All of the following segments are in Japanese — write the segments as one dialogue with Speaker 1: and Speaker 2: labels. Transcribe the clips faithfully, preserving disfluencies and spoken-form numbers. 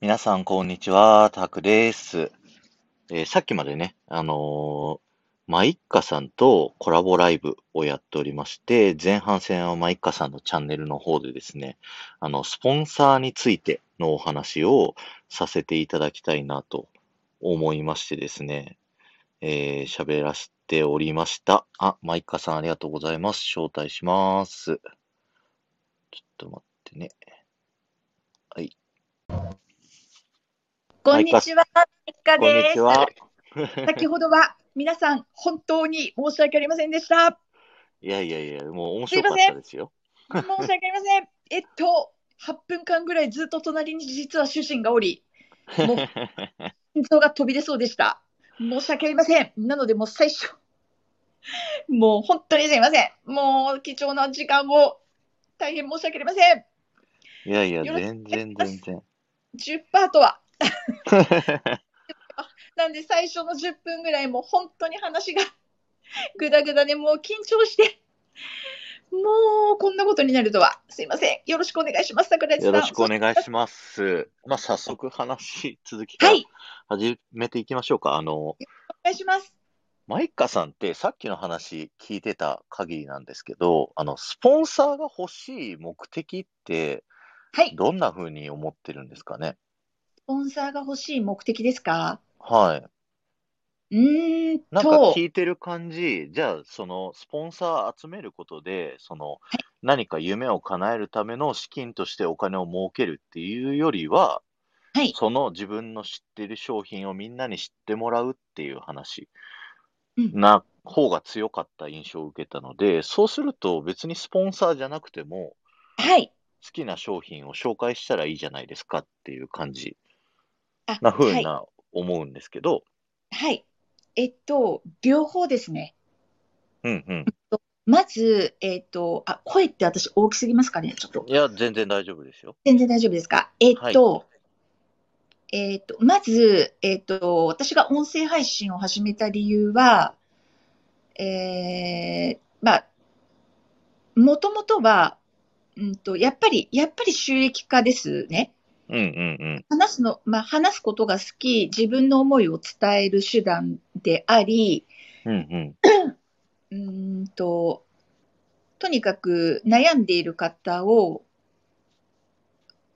Speaker 1: 皆さん、こんにちは。タクです。えーさっきまでね、あのーマイッカさんとコラボライブをやっておりまして、前半戦はマイッカさんのチャンネルの方でですね、あの、スポンサーについてのお話をさせていただきたいなと思いましてですね、えー喋らせておりました。あ、マイッカさんありがとうございます。招待します。ちょっと待ってね。はい。マイッカ、
Speaker 2: こんにちは、みっか
Speaker 1: こんに
Speaker 2: です。
Speaker 1: ちは。
Speaker 2: 先ほどは皆さん本当に申し訳ありませんでした。
Speaker 1: いやいやいや、もう面白かっ
Speaker 2: すいません。
Speaker 1: たですよ。
Speaker 2: 申し訳ありません。えっと、はっぷんかんぐらいずっと隣に実は主人がおり、もう心臓が飛び出そうでした。申し訳ありません。なのでもう最初、もう本当にすいません。もう貴重な時間を大変申し訳ありません。
Speaker 1: いやいや、
Speaker 2: よろしく
Speaker 1: 全
Speaker 2: お願いします。
Speaker 1: 然全然。
Speaker 2: じゅっパートは。なんで最初のじゅっぷんぐらいもう本当に話がぐだぐだでもう緊張して、もうこんなことになるとは。すいません。よろしくお願いします。桜地さん。
Speaker 1: よろしくお
Speaker 2: そして、
Speaker 1: 願いします。まあ、早速話、続きから
Speaker 2: はい。
Speaker 1: 始めていきましょうか。あの、
Speaker 2: お願いします。
Speaker 1: マイカさんってさっきの話聞いてた限りなんですけど、あの、スポンサーが欲しい目的って
Speaker 2: はい。
Speaker 1: どんな風に思ってるんですかね。
Speaker 2: スポンサーが欲しい目的ですか？
Speaker 1: はい。
Speaker 2: うーん
Speaker 1: なんか
Speaker 2: と、
Speaker 1: 聞いてる感じ、じゃあ、そのスポンサー集めることで、その何か夢を叶えるための資金としてお金を儲けるっていうよりは、
Speaker 2: はい。
Speaker 1: その自分の知ってる商品をみんなに知ってもらうっていう話
Speaker 2: うん。
Speaker 1: な方が強かった印象を受けたので、そうすると別にスポンサーじゃなくても、
Speaker 2: はい。
Speaker 1: 好きな商品を紹介したらいいじゃないですかっていう感じ
Speaker 2: あ、
Speaker 1: な風
Speaker 2: はい。
Speaker 1: な思うんですけど、
Speaker 2: はい。えっと、両方ですね。
Speaker 1: うんうん。
Speaker 2: まず、えっと、あ、声って私大きすぎますかね？ちょっと。
Speaker 1: いや、全然大丈夫ですよ。
Speaker 2: 全然大丈夫ですか？えっ
Speaker 1: はい。
Speaker 2: と、えっと、まず、えっと、私が音声配信を始めた理由は、えー、まあ、もともとは、うんと、やっぱり、やっぱり収益化ですね。
Speaker 1: うんうん
Speaker 2: 話すの、まあ、話すことが好き、自分の思いを伝える手段であり、
Speaker 1: うん。うんうん。
Speaker 2: うんと、とにかく悩んでいる方を、うん、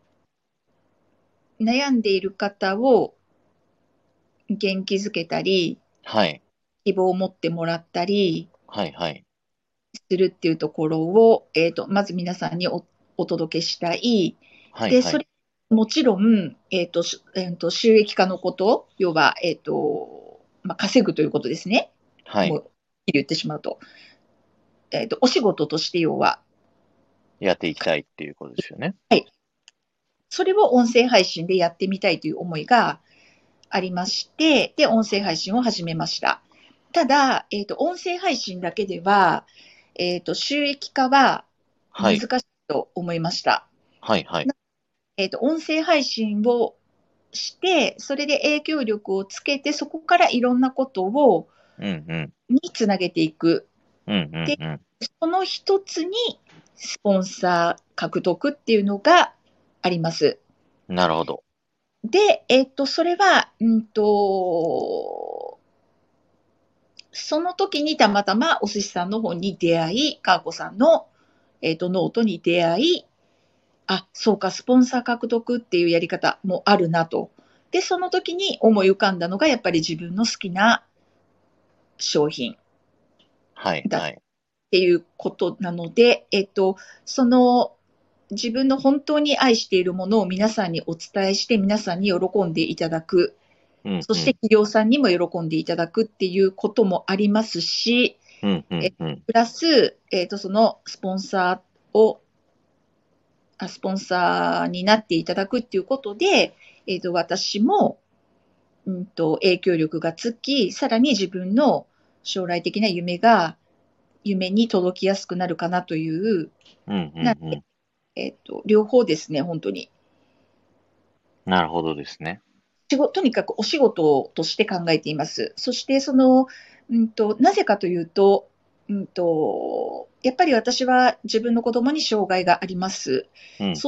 Speaker 2: 悩んでいる方を元気づけたり、
Speaker 1: はい。
Speaker 2: 希望を持ってもらったり
Speaker 1: はいはい。
Speaker 2: するっていうところを、えっと、まず皆さんにお、お届けしたい。で、
Speaker 1: はいはい。
Speaker 2: それ、もちろん、えっと、しえっと、収益化のこと、要は、えっと、まあ、稼ぐということですね。
Speaker 1: はい。
Speaker 2: もう、言ってしまうと。えっと、お仕事として要は、
Speaker 1: やっていきたいっていうことですよね。
Speaker 2: はい。それを音声配信でやってみたいという思いがありまして、で、音声配信を始めました。ただ、えっと、音声配信だけでは、えっと、収益化は難し
Speaker 1: はい。
Speaker 2: いと思いました。
Speaker 1: はいはい。
Speaker 2: えっと、音声配信をして、それで影響力をつけて、そこからいろんなことを、
Speaker 1: うんうん。
Speaker 2: につなげていく。
Speaker 1: うんうん
Speaker 2: で、
Speaker 1: うん。
Speaker 2: その一つに、スポンサー獲得っていうのがあります。
Speaker 1: なるほど。
Speaker 2: で、えっと、それは、うんと、その時にたまたまお寿司さんの方に出会い、かーこさんの、えっと、ノートに出会い、あ、そうか、スポンサー獲得っていうやり方もあるなと。で、その時に思い浮かんだのが、やっぱり自分の好きな商品だっ
Speaker 1: はいはい。
Speaker 2: ていうことなので、えっと、その自分の本当に愛しているものを皆さんにお伝えして、皆さんに喜んでいただく。そして
Speaker 1: うんうん。
Speaker 2: 企業さんにも喜んでいただくっていうこともありますし、
Speaker 1: うんう
Speaker 2: え
Speaker 1: んうん。
Speaker 2: プラス、えっと、そのスポンサーをあスポンサーになっていただくっていうことで、えっと、私も、うんと、影響力がつき、さらに自分の将来的な夢が、夢に届きやすくなるかなという、
Speaker 1: うんう
Speaker 2: な
Speaker 1: んうん。
Speaker 2: えっと、両方ですね、本当に。
Speaker 1: なるほどですね。
Speaker 2: 仕事、とにかくお仕事として考えています。そして、その、うんと、なぜかというと、うんと、やっぱり私は自分の子供に障害があります。
Speaker 1: うん。
Speaker 2: そうする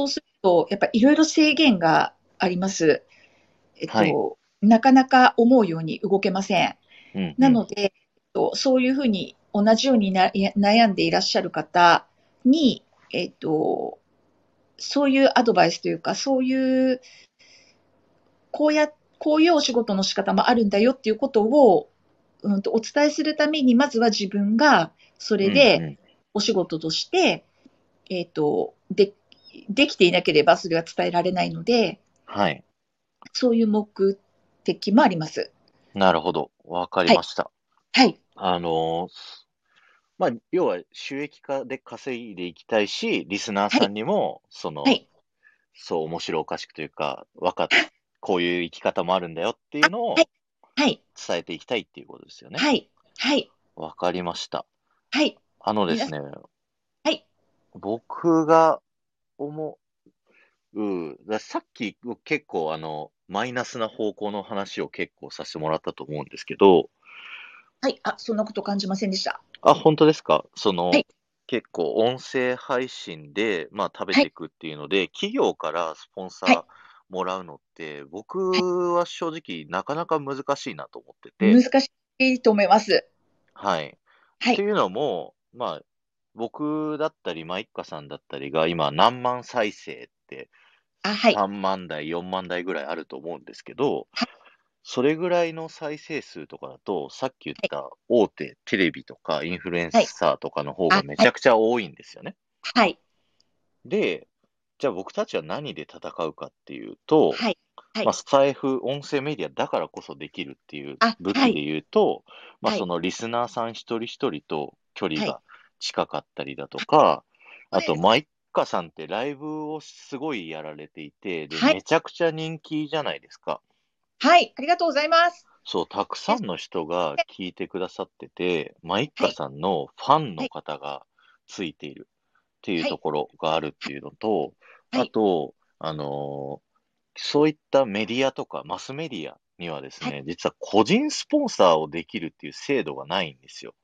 Speaker 2: と、やっぱいろいろ制限があります。えっ
Speaker 1: はい。
Speaker 2: と、なかなか思うように動けません。
Speaker 1: うんうん。
Speaker 2: なので、えっと、そういうふうに同じようにな悩んでいらっしゃる方に、えっと、そういうアドバイスというか、そういう、こうや、こういうお仕事の仕方もあるんだよっていうことを、うんと、お伝えするために、まずは自分が、それで
Speaker 1: うんうん。
Speaker 2: お仕事として、えっと、で、できていなければそれは伝えられないので、
Speaker 1: はい。
Speaker 2: そういう目的もあります。
Speaker 1: なるほど。わかり
Speaker 2: はい。
Speaker 1: ました。
Speaker 2: はい。
Speaker 1: あの、まあ、要は収益化で稼いでいきたいし、リスナー
Speaker 2: はい。
Speaker 1: さんにも、その、
Speaker 2: はい。
Speaker 1: そう面白おかしくというか、わかっこういう生き方もあるんだよってい
Speaker 2: あ、
Speaker 1: うのを
Speaker 2: はい。はい。
Speaker 1: 伝えていきたいっていうことですよね。
Speaker 2: はい。はい。
Speaker 1: わかりました。
Speaker 2: はい。
Speaker 1: あので
Speaker 2: 皆さん、
Speaker 1: すね、
Speaker 2: はい。
Speaker 1: 僕が思う、ださっき結構あの、マイナスな方向の話を結構させてもらったと思うんですけど、
Speaker 2: はい。あ、そんなこと感じませんでした。
Speaker 1: あ、本当ですか？その、
Speaker 2: はい。
Speaker 1: 結構音声配信で、まあ、食べ
Speaker 2: はい。
Speaker 1: ていくっていうので、企業からスポン
Speaker 2: はい。
Speaker 1: サーもらうのって、
Speaker 2: はい。
Speaker 1: 僕は正直なかなか難しいなと思ってて、
Speaker 2: 難しいと思います。
Speaker 1: はい。っ
Speaker 2: はい。
Speaker 1: ていうのも、まあ、僕だったり、マイッカさんだったりが今何万再生って
Speaker 2: あ、はい。
Speaker 1: さんまん台、よんまん台ぐらいあると思うんですけど、
Speaker 2: はい。
Speaker 1: それぐらいの再生数とかだと、さっき言っ
Speaker 2: はい。
Speaker 1: た大手テレビとかインフルエン
Speaker 2: はい。
Speaker 1: サーとかの方が
Speaker 2: あ、はい。
Speaker 1: めちゃくちゃ多いんですよね。
Speaker 2: はい。
Speaker 1: で、じゃあ僕たちは何で戦うかっていうと、
Speaker 2: はい。は
Speaker 1: まあ、
Speaker 2: い。
Speaker 1: スタイフ、音声メディアだからこそできるっていう
Speaker 2: あ、はい。
Speaker 1: 武器で言うと、まあ、
Speaker 2: はい。
Speaker 1: そのリスナーさん一人一人と距離
Speaker 2: はい。
Speaker 1: が近かったりだとか、あと、
Speaker 2: そうです。
Speaker 1: マイッカさんってライブをすごいやられていて、で、
Speaker 2: はい。
Speaker 1: めちゃくちゃ人気じゃないですか。
Speaker 2: はい。ありがとうございます。
Speaker 1: そう、たくさ
Speaker 2: です。
Speaker 1: んの人が聞いてくださってて、マイッ
Speaker 2: はい。
Speaker 1: カさんのファンの
Speaker 2: はい。
Speaker 1: 方がついているっていう
Speaker 2: はい。
Speaker 1: ところがあるっていうのと、
Speaker 2: はい。
Speaker 1: あと、あのーそういったメディアとかマスメディアにはです
Speaker 2: はい。
Speaker 1: ね、実は個人スポンサーをできるっていう制度がないんですよ。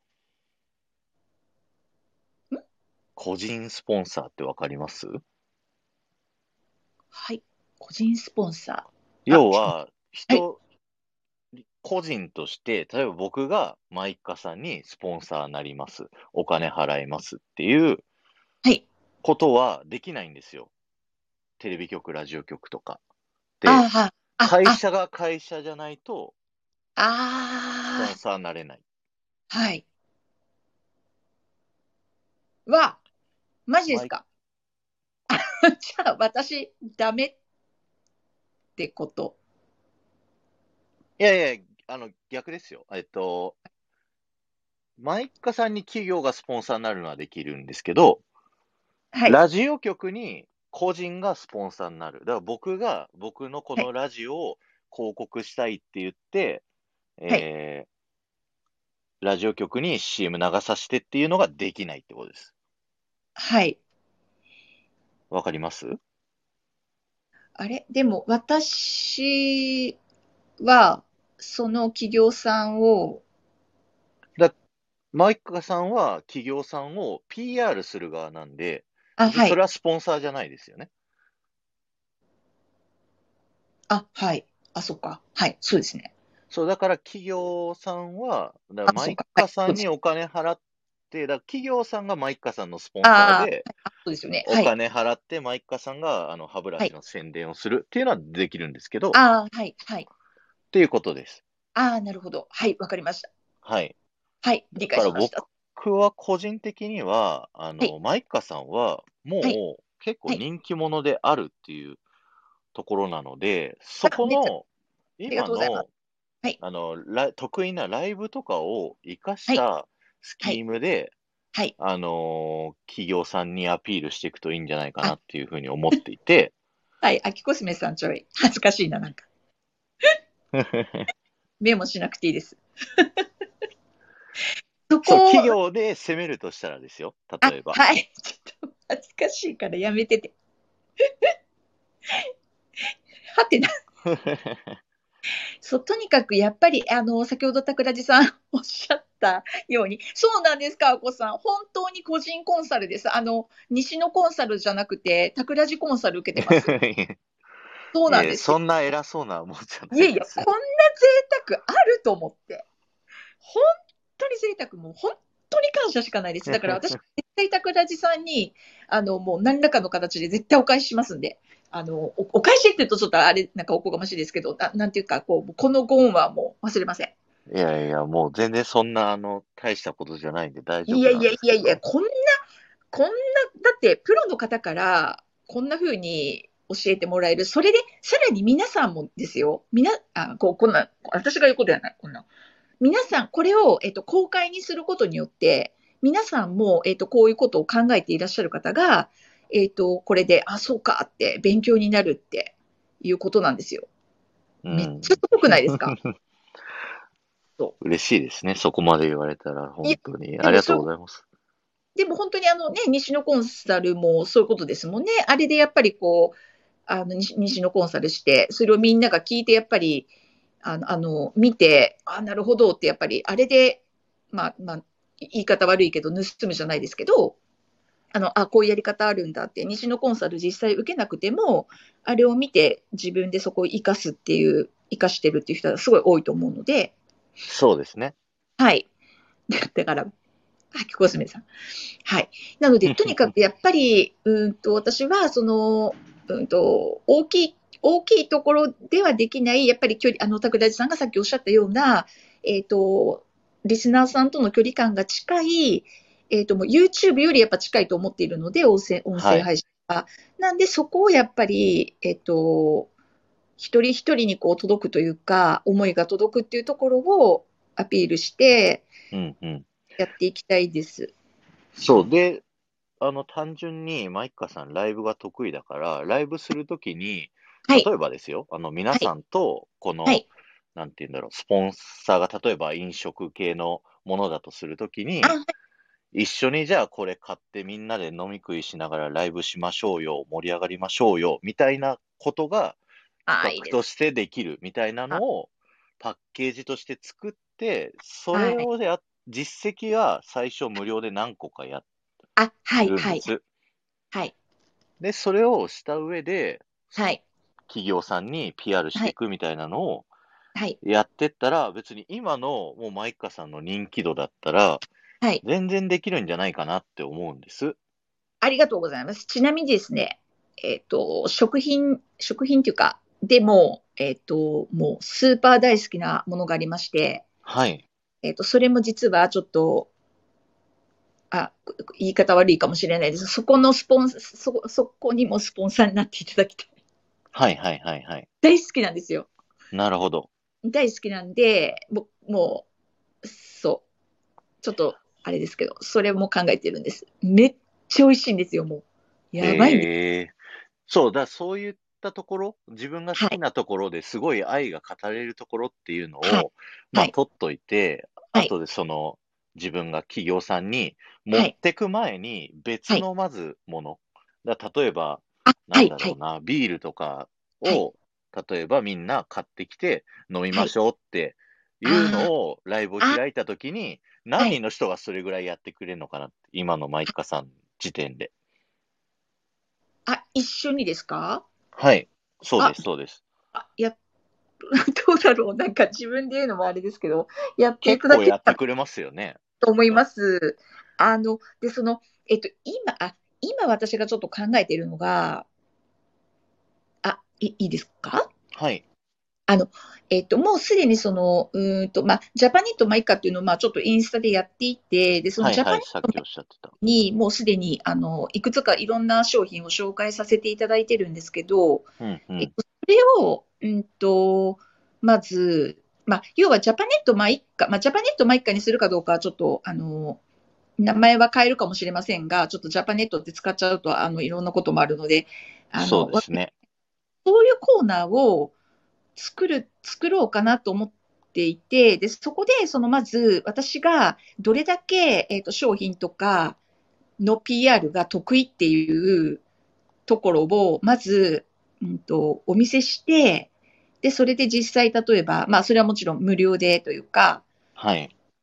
Speaker 2: ん
Speaker 1: 個人スポンサーってわかります？
Speaker 2: はい。個人スポンサー。あ、ちょっと、
Speaker 1: 要は、
Speaker 2: はい。
Speaker 1: 人、個人として、例えば僕がマイカさんにスポンサーになります。お金払いますっていう
Speaker 2: はい。
Speaker 1: ことはできないんですよ。テレビ局、ラジオ局とか。で、
Speaker 2: あは、あ、あ、
Speaker 1: 会社が会社じゃないと、スポン
Speaker 2: あ
Speaker 1: サーになれない。
Speaker 2: あ、はい。は、マジで
Speaker 1: マイ
Speaker 2: すか？じゃあ、私、ダメってこと。
Speaker 1: いやいや、あの、逆ですよ。えっと、マイカさんに企業がスポンサーになるのはできるんですけど、
Speaker 2: はい。
Speaker 1: ラジオ局に個人がスポンサーになる。だから僕が、僕のこ
Speaker 2: はい。
Speaker 1: のラジオを広告したいって言って、
Speaker 2: はい。
Speaker 1: えー、ラジオ局に シーエム 流させてっていうのができないってことです。
Speaker 2: はい。
Speaker 1: わかります？
Speaker 2: あれでも、私は、その企業さんを、
Speaker 1: だ、マイカさんは企業さんを ピーアール する側なんで、
Speaker 2: あ、
Speaker 1: 別に
Speaker 2: はい。
Speaker 1: それはスポンサーじゃないですよね。
Speaker 2: あ、はい。あ、そっか。はい。そうですね。
Speaker 1: そう、だから企業さんは、だから
Speaker 2: あ、
Speaker 1: マイ
Speaker 2: そっか。はい。
Speaker 1: カさん
Speaker 2: そうです。
Speaker 1: にお金払って、だから企業さんがマイカさんのスポンサー
Speaker 2: ああ、
Speaker 1: で、
Speaker 2: あ、そうですよね。
Speaker 1: お
Speaker 2: はい。
Speaker 1: 金払ってマイカさんがあの歯ブラ
Speaker 2: はい。
Speaker 1: シの宣伝をするっていうのはできるんですけど、っ
Speaker 2: ああ、はい。はい。
Speaker 1: ていうことです。
Speaker 2: ああ、なるほど。はい。わかりました。
Speaker 1: はい。
Speaker 2: はい。理
Speaker 1: だから僕
Speaker 2: 解しました。
Speaker 1: は個人的には、あ
Speaker 2: はい。
Speaker 1: の、マイカさんは
Speaker 2: はい。
Speaker 1: もう結構
Speaker 2: はい。
Speaker 1: 人気者であるっていうところなので、そ
Speaker 2: あ、めっちゃ
Speaker 1: この
Speaker 2: ありがとうございます。
Speaker 1: 今の
Speaker 2: はい。
Speaker 1: あの、ラ得意なライブとかを活かし
Speaker 2: はい。
Speaker 1: たスキ
Speaker 2: はい。
Speaker 1: ームで、
Speaker 2: はい。
Speaker 1: あの、企業さんにアピールしていくといいんじゃないか
Speaker 2: あ、
Speaker 1: なっていうふうに思っていて、
Speaker 2: はい。あきこすめさんちょい。恥ずかしいな、なんか。メモしなくていいです。そ
Speaker 1: そう、
Speaker 2: こを、
Speaker 1: 企業で攻めるとしたらですよ、
Speaker 2: あ、
Speaker 1: 例えば。
Speaker 2: はい。ちょっと恥ずかしいからやめてて。はてな。そう、とにかくやっぱり、あの、先ほど桜地さんおっしゃっったように。そうなんですか、あこさん。本当に個人コンサルです。あの、西のコンサルじゃなくて、タクラジコンサル受けてます。そう
Speaker 1: いえ、
Speaker 2: なんですよ。
Speaker 1: そんな偉そうなもんじゃ
Speaker 2: いやいや、
Speaker 1: ないですよ。
Speaker 2: こんな贅沢あると思って。本当に贅沢、もう本当に感謝しかないです。だから私、絶対タクラジさんに、あの、もう何らかの形で絶対お返ししますんで。あの、おお返しって言うとちょっとあれ、なんかおこがましいですけど、ななんていうか、こう、このご恩はもう忘れません。
Speaker 1: いやいや、もう全然そんな、あの、大したことじゃないんで大丈夫なん
Speaker 2: いやいやいやいや、
Speaker 1: ですけど。
Speaker 2: こんな、こんな、だってプロの方からこんな風に教えてもらえる。それで、さらに皆さんもですよ。みな、あ、こう、こんな、私が言うことじゃない。こんな。皆さん、これを、えっと、公開にすることによって、皆さんも、えっと、こういうことを考えていらっしゃる方が、えっと、これで、あ、そうかって勉強になるっていうことなんですよ。めっちゃす
Speaker 1: うん。
Speaker 2: ごくないですか？そ
Speaker 1: 嬉しいですね。そこまで言われたら、
Speaker 2: う。いや、
Speaker 1: 本当に。ありがと
Speaker 2: でもそういう
Speaker 1: うございます。
Speaker 2: でも本当にあのね、西野コンサルもそういうことですもんね。あれでやっぱりこう、あの西西野コンサルして、それをみんなが聞いて、やっぱり、あの、あの見て、あ、なるほどって、やっぱり、あれで、まあ、まあ、言い方悪いけど、盗むじゃないですけど、あの、あ、こういうやり方あるんだって、西野コンサル実際受けなくても、あれを見て自分でそこを活かすっていう、活かしてるっていう人はすごい多いと思うので、
Speaker 1: そうですね。
Speaker 2: はい。だから、あきこすめさん。はい。なので、とにかくやっぱり、うんと、私は、その、うんと、大きい、大きいところではできない、やっぱり距離、あの、拓大さんがさっきおっしゃったような、えっと、リスナーさんとの距離感が近い、えっと、もう YouTube よりやっぱ近いと思っているので、音声、音
Speaker 1: はい。
Speaker 2: 声配信は。なんで、そこをやっぱり、えっと、一人一人にこう届くというか、思いが届くっていうところをアピールして
Speaker 1: うんうん。
Speaker 2: やっていきたいです。
Speaker 1: そう。で、あの、単純にマイカさんライブが得意だから、ライブするときに、
Speaker 2: はい。
Speaker 1: 例えばですよ、あの、皆
Speaker 2: はい。
Speaker 1: さんと、この、
Speaker 2: はい。
Speaker 1: なんて言うんだろう、スポンサーが例えば飲食系のものだとするとき
Speaker 2: あ、
Speaker 1: に、
Speaker 2: はい。
Speaker 1: 一緒にじゃあこれ買ってみんなで飲み食いしながらライブしましょうよ、盛り上がりましょうよ、みたいなことが
Speaker 2: あ、
Speaker 1: 企
Speaker 2: いいです。
Speaker 1: 画としてできるみたいなの
Speaker 2: あ、
Speaker 1: をパッケージとして作って、そ
Speaker 2: はい。
Speaker 1: れをや、実績は最初無料で何個かや
Speaker 2: あ、はいはい。
Speaker 1: るんです。
Speaker 2: はい。
Speaker 1: で、それをした上で、
Speaker 2: はい。
Speaker 1: 企業さんに ピーアール して
Speaker 2: はい。
Speaker 1: いくみたいなのを
Speaker 2: はい。
Speaker 1: やってったら、別に今のもうマイカさんの人気度だったら、
Speaker 2: はい。
Speaker 1: 全然できるんじゃないかなって思うんです。
Speaker 2: ありがとうございます。ちなみにですね、えっと、食品食品っていうか、でも、えっと、もうスーパー大好きなものがありまして、
Speaker 1: はい。
Speaker 2: えっと、それも実はちょっと、あ、言い方悪いかもしれないです。そこのスポンそそこにもスポンサーになっていただきたい。
Speaker 1: はいはいはいはい。
Speaker 2: 大好きなんですよ。
Speaker 1: なるほど。
Speaker 2: 大好きなんで、ももう、そう、ちょっと、あれですけど、それも考えてるんです。めっちゃ美味しいんですよ、もう。やばいんです。
Speaker 1: へえ。そう、だ、そういったところ、自分が好
Speaker 2: はい。
Speaker 1: きなところですごい愛が語れるところっていうの
Speaker 2: はい。
Speaker 1: を、まあ、
Speaker 2: はい。
Speaker 1: 取っといて、
Speaker 2: はい。
Speaker 1: 後でその、自分が企業さんに持っ
Speaker 2: はい。
Speaker 1: てく前に別
Speaker 2: はい。
Speaker 1: のまずもの。だ例えば、
Speaker 2: あ、
Speaker 1: なん
Speaker 2: はい。はい。
Speaker 1: だろうな、ビールとか
Speaker 2: はい。
Speaker 1: を、例えばみんな買ってきて飲み
Speaker 2: はい。
Speaker 1: ましょうっていう
Speaker 2: あ
Speaker 1: のをライブを
Speaker 2: あ、あ、
Speaker 1: 開いたときに、
Speaker 2: はい。
Speaker 1: 何人の人がそれぐらいやってくれるのかなって、今のマイカさん時点で。
Speaker 2: あ、一緒にですか？
Speaker 1: はい。そうで
Speaker 2: あ、
Speaker 1: す、そうです。
Speaker 2: あ、やどうだろう、なんか自分で言うのもあれですけど、やっていただ
Speaker 1: 結構
Speaker 2: けたら
Speaker 1: やってくれますよね、
Speaker 2: と思いま
Speaker 1: きっと。
Speaker 2: す。あの、で、その、えっと、今あ、今私がちょっと考えているのが、あ、いいいですか？
Speaker 1: はい。
Speaker 2: あの、えっと、もうすでにその、うーんと、まあ、ジャパネットマイカっていうのを、まあ、ちょっとインスタでやっていて、で、その
Speaker 1: はいはい、
Speaker 2: ジャパネット
Speaker 1: さっきおっしゃってた。
Speaker 2: に、もうすでに、あの、いくつかいろんな商品を紹介させていただいてるんですけど、
Speaker 1: うんうん。
Speaker 2: えっと、それを、うんと、まず、まあ、要はジャパネットマイカ、まあ、ジャパネットマイカにするかどうかはちょっと、あの、名前は変えるかもしれませんが、ちょっとジャパネットって使っちゃうと、あの、いろんなこともあるので、あ
Speaker 1: そう
Speaker 2: の、
Speaker 1: ですね。
Speaker 2: そういうコーナーを作る、作ろうかなと思っていて、で、そこで、そのまず私がどれだけ、えっと、商品とかの ピーアール が得意っていうところを、まず、うんと、お見せして、で、それで実際、例えば、まあ、それはもちろん無料でというか、
Speaker 1: はい。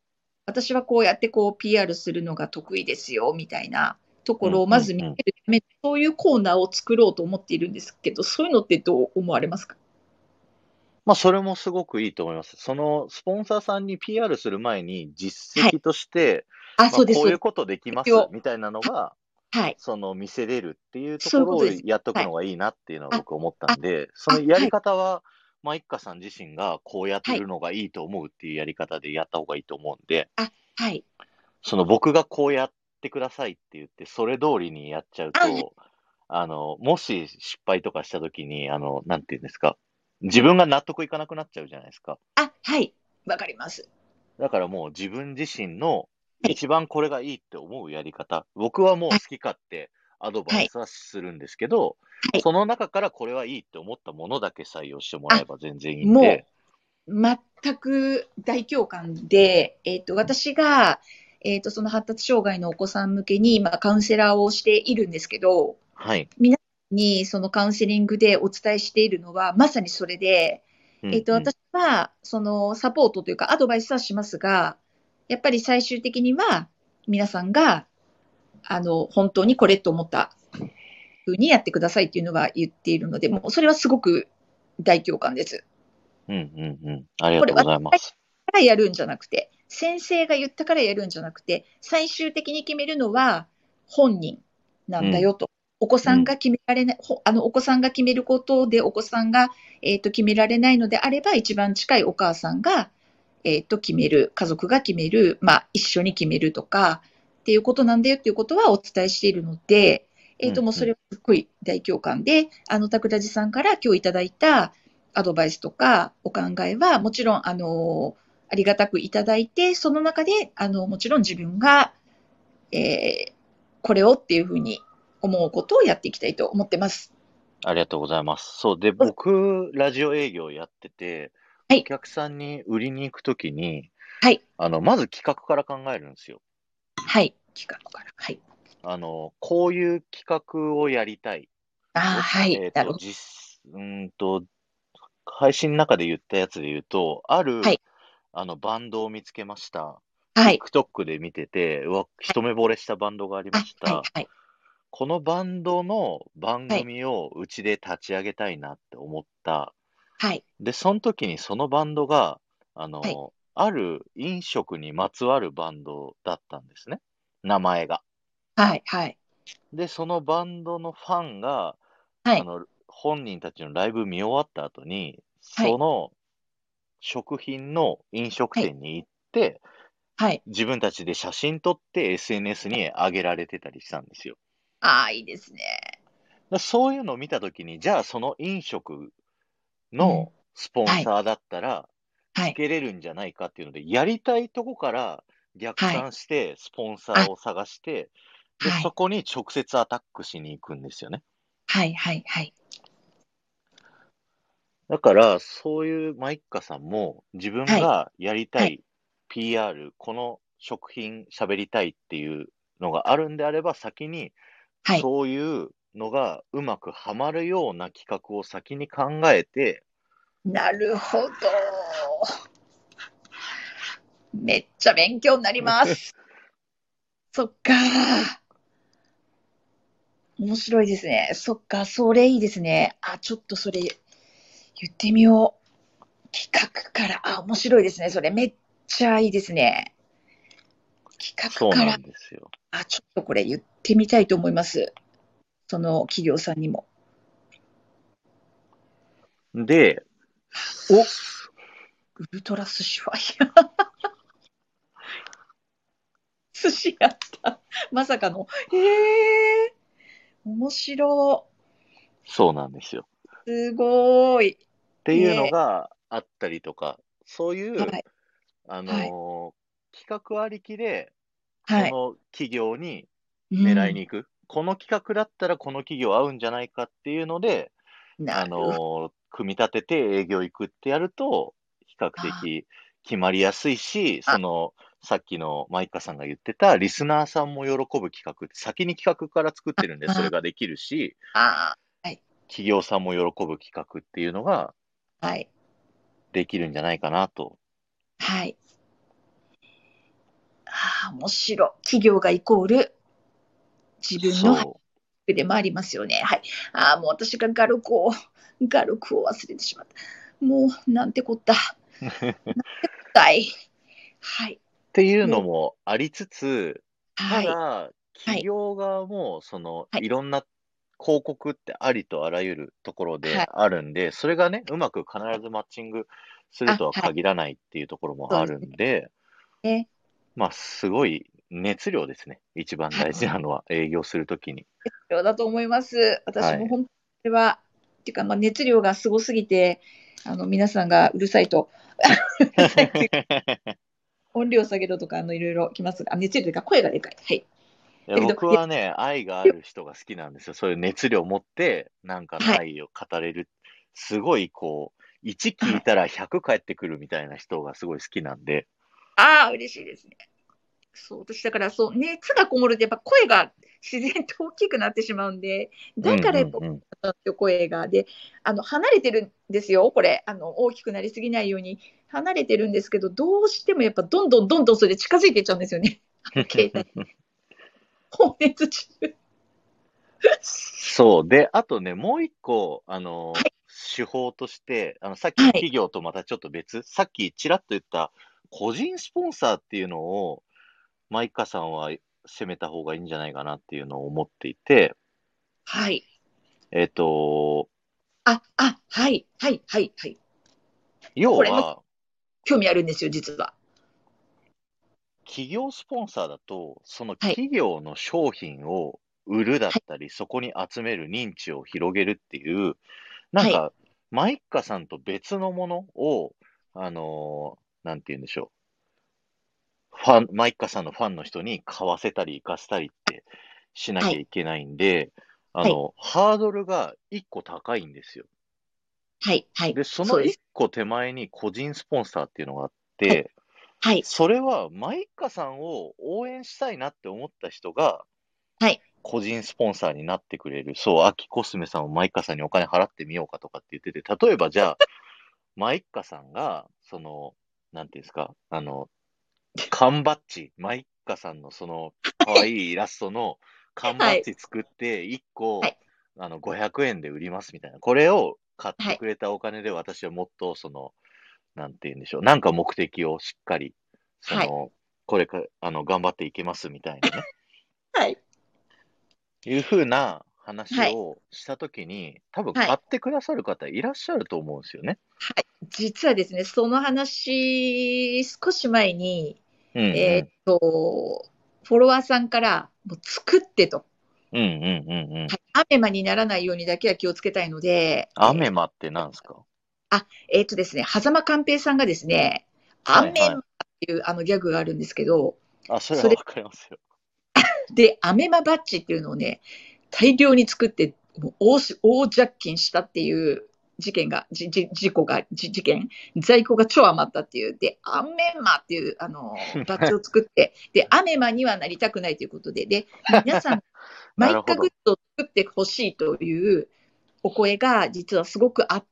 Speaker 2: 私はこうやってこう ピーアール するのが得意ですよ、みたいなとこ
Speaker 1: うん
Speaker 2: ろをまず見
Speaker 1: うんうん。
Speaker 2: せるため、そういうコーナーを作ろうと思っているんですけど、そういうのってどう思われますか？
Speaker 1: まあ、それもすごくいいと思います。そのスポンサーさんに ピーアール する前に、実
Speaker 2: はい。
Speaker 1: 績として、
Speaker 2: あ、
Speaker 1: まあ、
Speaker 2: そうですそうです。
Speaker 1: こういうことできま
Speaker 2: 一応
Speaker 1: すみたいなの
Speaker 2: は
Speaker 1: が、
Speaker 2: はい。
Speaker 1: その見せれるっていうところを
Speaker 2: そういうことです。
Speaker 1: やっとく
Speaker 2: はい。
Speaker 1: のがいいなっていうのは
Speaker 2: あ、
Speaker 1: 僕思った
Speaker 2: あ、
Speaker 1: んで、その
Speaker 2: あ、
Speaker 1: やり
Speaker 2: はい、
Speaker 1: 方は、まあ、一家さん自身がこうや
Speaker 2: はい。
Speaker 1: るのがいいと思うっていうやり方でやった方がいいと思うんで、
Speaker 2: あ、はい。
Speaker 1: その僕がこうやってくださいって言って、それ通りにやっちゃう
Speaker 2: あ、はい。
Speaker 1: と、あの、もし失敗とかしたときに、あの、なんていうんですか、自分が納得いかなくなっちゃうじゃないですか。
Speaker 2: あ、はい。わかります。
Speaker 1: だからもう自分自身の
Speaker 2: はい。
Speaker 1: 一番これがいいって思うやり方。僕はもう
Speaker 2: はい。
Speaker 1: 好き勝手アドバ
Speaker 2: はい。
Speaker 1: イスはするんですけど、
Speaker 2: はい。
Speaker 1: その中からこれはいいって思ったものだけ採用してもら
Speaker 2: あ、
Speaker 1: えば全然いいんで、
Speaker 2: もう全く大共感で、えっと、私が、えっと、その発達障害のお子さん向けに、まあ、カウンセラーをしているんですけど、
Speaker 1: はい。
Speaker 2: 皆さんにそのカウンセリングでお伝えしているのは、まさにそれで、えっと、
Speaker 1: うんうん。
Speaker 2: 私は、そのサポートというかアドバイスはしますが、やっぱり最終的には皆さんが、あの、本当にこれと思った風にやってくださいっていうのは言っているので、もうそれはすごく大共感です。
Speaker 1: うんうんうん。ありが
Speaker 2: これ、
Speaker 1: とうご
Speaker 2: 私が
Speaker 1: ざいます。
Speaker 2: からやるんじゃなくて、先生が言ったからやるんじゃなくて、最終的に決めるのは本人な
Speaker 1: うん、
Speaker 2: んだよと。お子
Speaker 1: うん、
Speaker 2: さんが決められない、ほあの、お子さんが決めることで、お子さんが、えっと、決められないのであれば、一番近いお母さんが、えっと、決める、家族が決める、まあ、一緒に決めるとか、っていうことなんだよっていうことはお伝えしているので、えっと、
Speaker 1: うん、うん。
Speaker 2: もうそれはすっごい大共感で、あの、桜地さんから今日いただいたアドバイスとかお考えは、もちろん、あの、ありがたくいただいて、その中で、あの、もちろん自分が、えーこれをっていうふうに思うことをやっていきたいと思ってます。
Speaker 1: ありがとうございます。そう。で、
Speaker 2: は
Speaker 1: 僕、ラジオ営業やってて、お
Speaker 2: い、
Speaker 1: 客さんに売りに行くときに、
Speaker 2: はい、
Speaker 1: あの、まず企画から考えるんですよ。
Speaker 2: はい、企画から。はい。
Speaker 1: あの、こういう企画をやりたい。
Speaker 2: ああ、
Speaker 1: お
Speaker 2: はい、
Speaker 1: えっと、
Speaker 2: なるほど。
Speaker 1: 実、うーんと、配信の中で言ったやつで言うと、ある、
Speaker 2: はい、
Speaker 1: あの、バンドを見つけました。
Speaker 2: はい、
Speaker 1: TikTok で見てて、うわ、一目惚れしたバンドがありま
Speaker 2: あ、はい、
Speaker 1: した。
Speaker 2: はい、
Speaker 1: このバンドの番
Speaker 2: はい、
Speaker 1: 組をうちで立ち上げたいなって思った。
Speaker 2: はい、
Speaker 1: で、その時にそのバンドが、あ
Speaker 2: はい、
Speaker 1: の、ある飲食にまつわるバンドだったんですね。名前が。
Speaker 2: はい、はい、
Speaker 1: で、そのバンドのファンが、
Speaker 2: はい、
Speaker 1: あの、本人たちのライブ見終わった後に、
Speaker 2: はい、
Speaker 1: その食品の飲食
Speaker 2: はい、
Speaker 1: 店に行って、
Speaker 2: はい。
Speaker 1: 自分たちで写真撮って エスエヌエス に上げられてたりしたんですよ。
Speaker 2: ああ、いいですね。
Speaker 1: だそういうのを見たときに、じゃあその飲食
Speaker 2: うん。
Speaker 1: のスポン
Speaker 2: はい、
Speaker 1: サーだったら、
Speaker 2: はい、
Speaker 1: つけれるんじゃないかっていうので、やりたいとこから逆
Speaker 2: はい。
Speaker 1: 算して、スポンサー
Speaker 2: あ、
Speaker 1: を探して、で、
Speaker 2: はい、
Speaker 1: そこに直接アタックしに行くんですよね。
Speaker 2: はい、はい、はい。
Speaker 1: だから、そういうマイッカさんも、自分
Speaker 2: はい、
Speaker 1: がやりた
Speaker 2: はい、
Speaker 1: い ピーアール、この食品喋りたいっていうのがあるんであれば、先に
Speaker 2: はい。
Speaker 1: そういうのがうまくはまるような企画を先に考えて、
Speaker 2: なるほど。めっちゃ勉強になります。そっか。面白いですね。そっか、それいいですね。あ、ちょっとそれ言ってみよう。企画から、あ、面白いですね。それめっちゃいいですね。企画
Speaker 1: そうな
Speaker 2: から、
Speaker 1: んですよ。
Speaker 2: あ、ちょっとこれ言ってみたいと思います。その企業さんにも。
Speaker 1: で、
Speaker 2: お、ウルトラ寿司ファイヤー。寿司やった。まさかの。へえ、面白
Speaker 1: そうなんですよ。
Speaker 2: い。すごい。
Speaker 1: っていうの
Speaker 2: へえ、
Speaker 1: があったりとか、そういう、
Speaker 2: はい、
Speaker 1: あ
Speaker 2: はい、
Speaker 1: のー企画ありきで、そ
Speaker 2: はい。
Speaker 1: の企業に
Speaker 2: うん。
Speaker 1: 狙いに行く。この企画だったらこの企業合うんじゃないかっていうので、あ
Speaker 2: なるほど。
Speaker 1: のー組み立てて営業行くってやると、比較
Speaker 2: あ
Speaker 1: 的決まりやすいし、そ
Speaker 2: あ、
Speaker 1: の、さっきのマイカさんが言ってたリスナーさんも喜ぶ企画って先に企画から作ってるんでそれ
Speaker 2: あ
Speaker 1: ができるし、
Speaker 2: あ、はい、
Speaker 1: 企業さんも喜ぶ企画っていうのが
Speaker 2: はい、
Speaker 1: できるんじゃないかなと。
Speaker 2: はい。 ああ、面白い。企業がイコール自分の
Speaker 1: そ
Speaker 2: でもありますよね。はい。ああ、もう私がガルクを、ガルクを忘れてしまった。もう、なんてこった。
Speaker 1: う。っ
Speaker 2: はい。はい。
Speaker 1: ていうの
Speaker 2: もう、
Speaker 1: もありつつ、た
Speaker 2: はい。
Speaker 1: だ、
Speaker 2: はい。
Speaker 1: 企業側も、その、
Speaker 2: はい。
Speaker 1: いろんな広告ってありとあらゆるところで
Speaker 2: はい。
Speaker 1: あるんで、それがね、うまく必ずマッチングする
Speaker 2: あ、
Speaker 1: とは
Speaker 2: はい。
Speaker 1: 限らないっていうところもあ
Speaker 2: そうですね。
Speaker 1: るんで、
Speaker 2: ね。
Speaker 1: まあ、すごい熱量ですね。一番
Speaker 2: はい。
Speaker 1: 大事なのは営業するときに。
Speaker 2: 必要だと思います。私
Speaker 1: はい。
Speaker 2: も本当には、っていうか、まあ、熱量がすごすぎて、あの、皆さんがうるさいと、うるさいっていう音量下げろとか、あの、いろいろ来ますが、あ、熱量というか、声がでかい。はい。
Speaker 1: いや、
Speaker 2: だけど、いや、
Speaker 1: 僕はね、愛がある人が好きなんですよ。そういう熱量を持って、なんかの
Speaker 2: はい。
Speaker 1: 愛を語れる。すごい、こう、いち聞
Speaker 2: はい。
Speaker 1: いたらひゃく返ってくるみたいな人がすごい好きなんで。
Speaker 2: ああ、嬉しいですね。そう、私だからそう、熱がこもるとやっぱ声が自然と大きくなってしまうんで、
Speaker 1: うん
Speaker 2: だからやっぱ
Speaker 1: うんうん。
Speaker 2: 声が、で、あの、離れてるんですよ、これ。あの、大きくなりすぎないように離れてるんですけど、どうしてもやっぱどんどんどんどんそれで近づいていっちゃうんですよね。あの、携帯、放熱中。
Speaker 1: そう。で、あとね、もう一個、あの、手法として、あの、さっきの
Speaker 2: はい。
Speaker 1: 企業とまたちょっと別、さっきちらっと言った個人スポンサーっていうのを、マイカさんは攻めた方がいいんじゃないかなっていうのを思っていて、
Speaker 2: はい。
Speaker 1: えっと、
Speaker 2: あ、あ、はい、はい、はい、はい。これも
Speaker 1: 要は、
Speaker 2: 興味あるんですよ、実は。
Speaker 1: 企業スポンサーだと、その
Speaker 2: はい、
Speaker 1: 企業の商品を売るだっ
Speaker 2: はい、
Speaker 1: たり、そこに集める認知を広げるっていう、なん
Speaker 2: はい、
Speaker 1: か、マイッカさんと別のものを、あのーなんて言うんでしょう。ファン、マイッカさんのファンの人に買わせたり行かせたりってしなきゃ
Speaker 2: はい、
Speaker 1: いけないんで、あ
Speaker 2: はい、
Speaker 1: の、ハードルが一個高いんですよ。
Speaker 2: はい、はい。
Speaker 1: で、その
Speaker 2: そうです。
Speaker 1: 一個手前に個人スポンサーっていうのがあっ
Speaker 2: はい、
Speaker 1: て、
Speaker 2: はい、
Speaker 1: それはマイッカさんを応援したいなって思った人が、
Speaker 2: はい、
Speaker 1: 個人スポンサーになってくれる。そう、秋コスメさんをマイカさんにお金払ってみようかとかって言ってて、例えばじゃあ、マイカさんが、その、なんていうんですか、あの、缶バッジ、マイカさんのその、可愛いイラストの缶
Speaker 2: はい、
Speaker 1: バッジ作って、いっこ、
Speaker 2: はい、
Speaker 1: あの、ごひゃくえんで売りますみたいな。これを買っ
Speaker 2: はい、
Speaker 1: てくれたお金で私はもっと、その、なんて言うんでしょう。なんか目的をしっかり、そ
Speaker 2: はい、
Speaker 1: の、これか、あの、頑張っていけますみたいなね。
Speaker 2: はい、
Speaker 1: いう風な話
Speaker 2: はい、
Speaker 1: をしたときに、多分
Speaker 2: はい。
Speaker 1: 買ってくださる方いらっしゃると思うんですよね。
Speaker 2: はい。実はですね、その話、少し前に、
Speaker 1: うんう
Speaker 2: えーっ
Speaker 1: ん。
Speaker 2: と、フォロワーさんから、もう作ってと。
Speaker 1: うんうんうんうん。
Speaker 2: はい。アメマにならないようにだけは気をつけたいので、
Speaker 1: アメ
Speaker 2: えー
Speaker 1: マって何すか？
Speaker 2: あ、えーっとですね、狭間寛平さんがですね、ア
Speaker 1: はいはい。
Speaker 2: メマっていうあのギャグがあるんですけど、
Speaker 1: あ、それ
Speaker 2: それ
Speaker 1: はわかりますよ。
Speaker 2: で、アメマバッジっていうのをね、大量に作って、もう大し大借金したっていう事件が、じじ事故が、じ事件、在庫が超余ったっていう、で、アメマっていうあのバッジを作って、で、アメマにはなりたくないということで、で、皆さん、マイ
Speaker 1: なるほど。
Speaker 2: カグッズを作ってほしいというお声が実はすごくあって、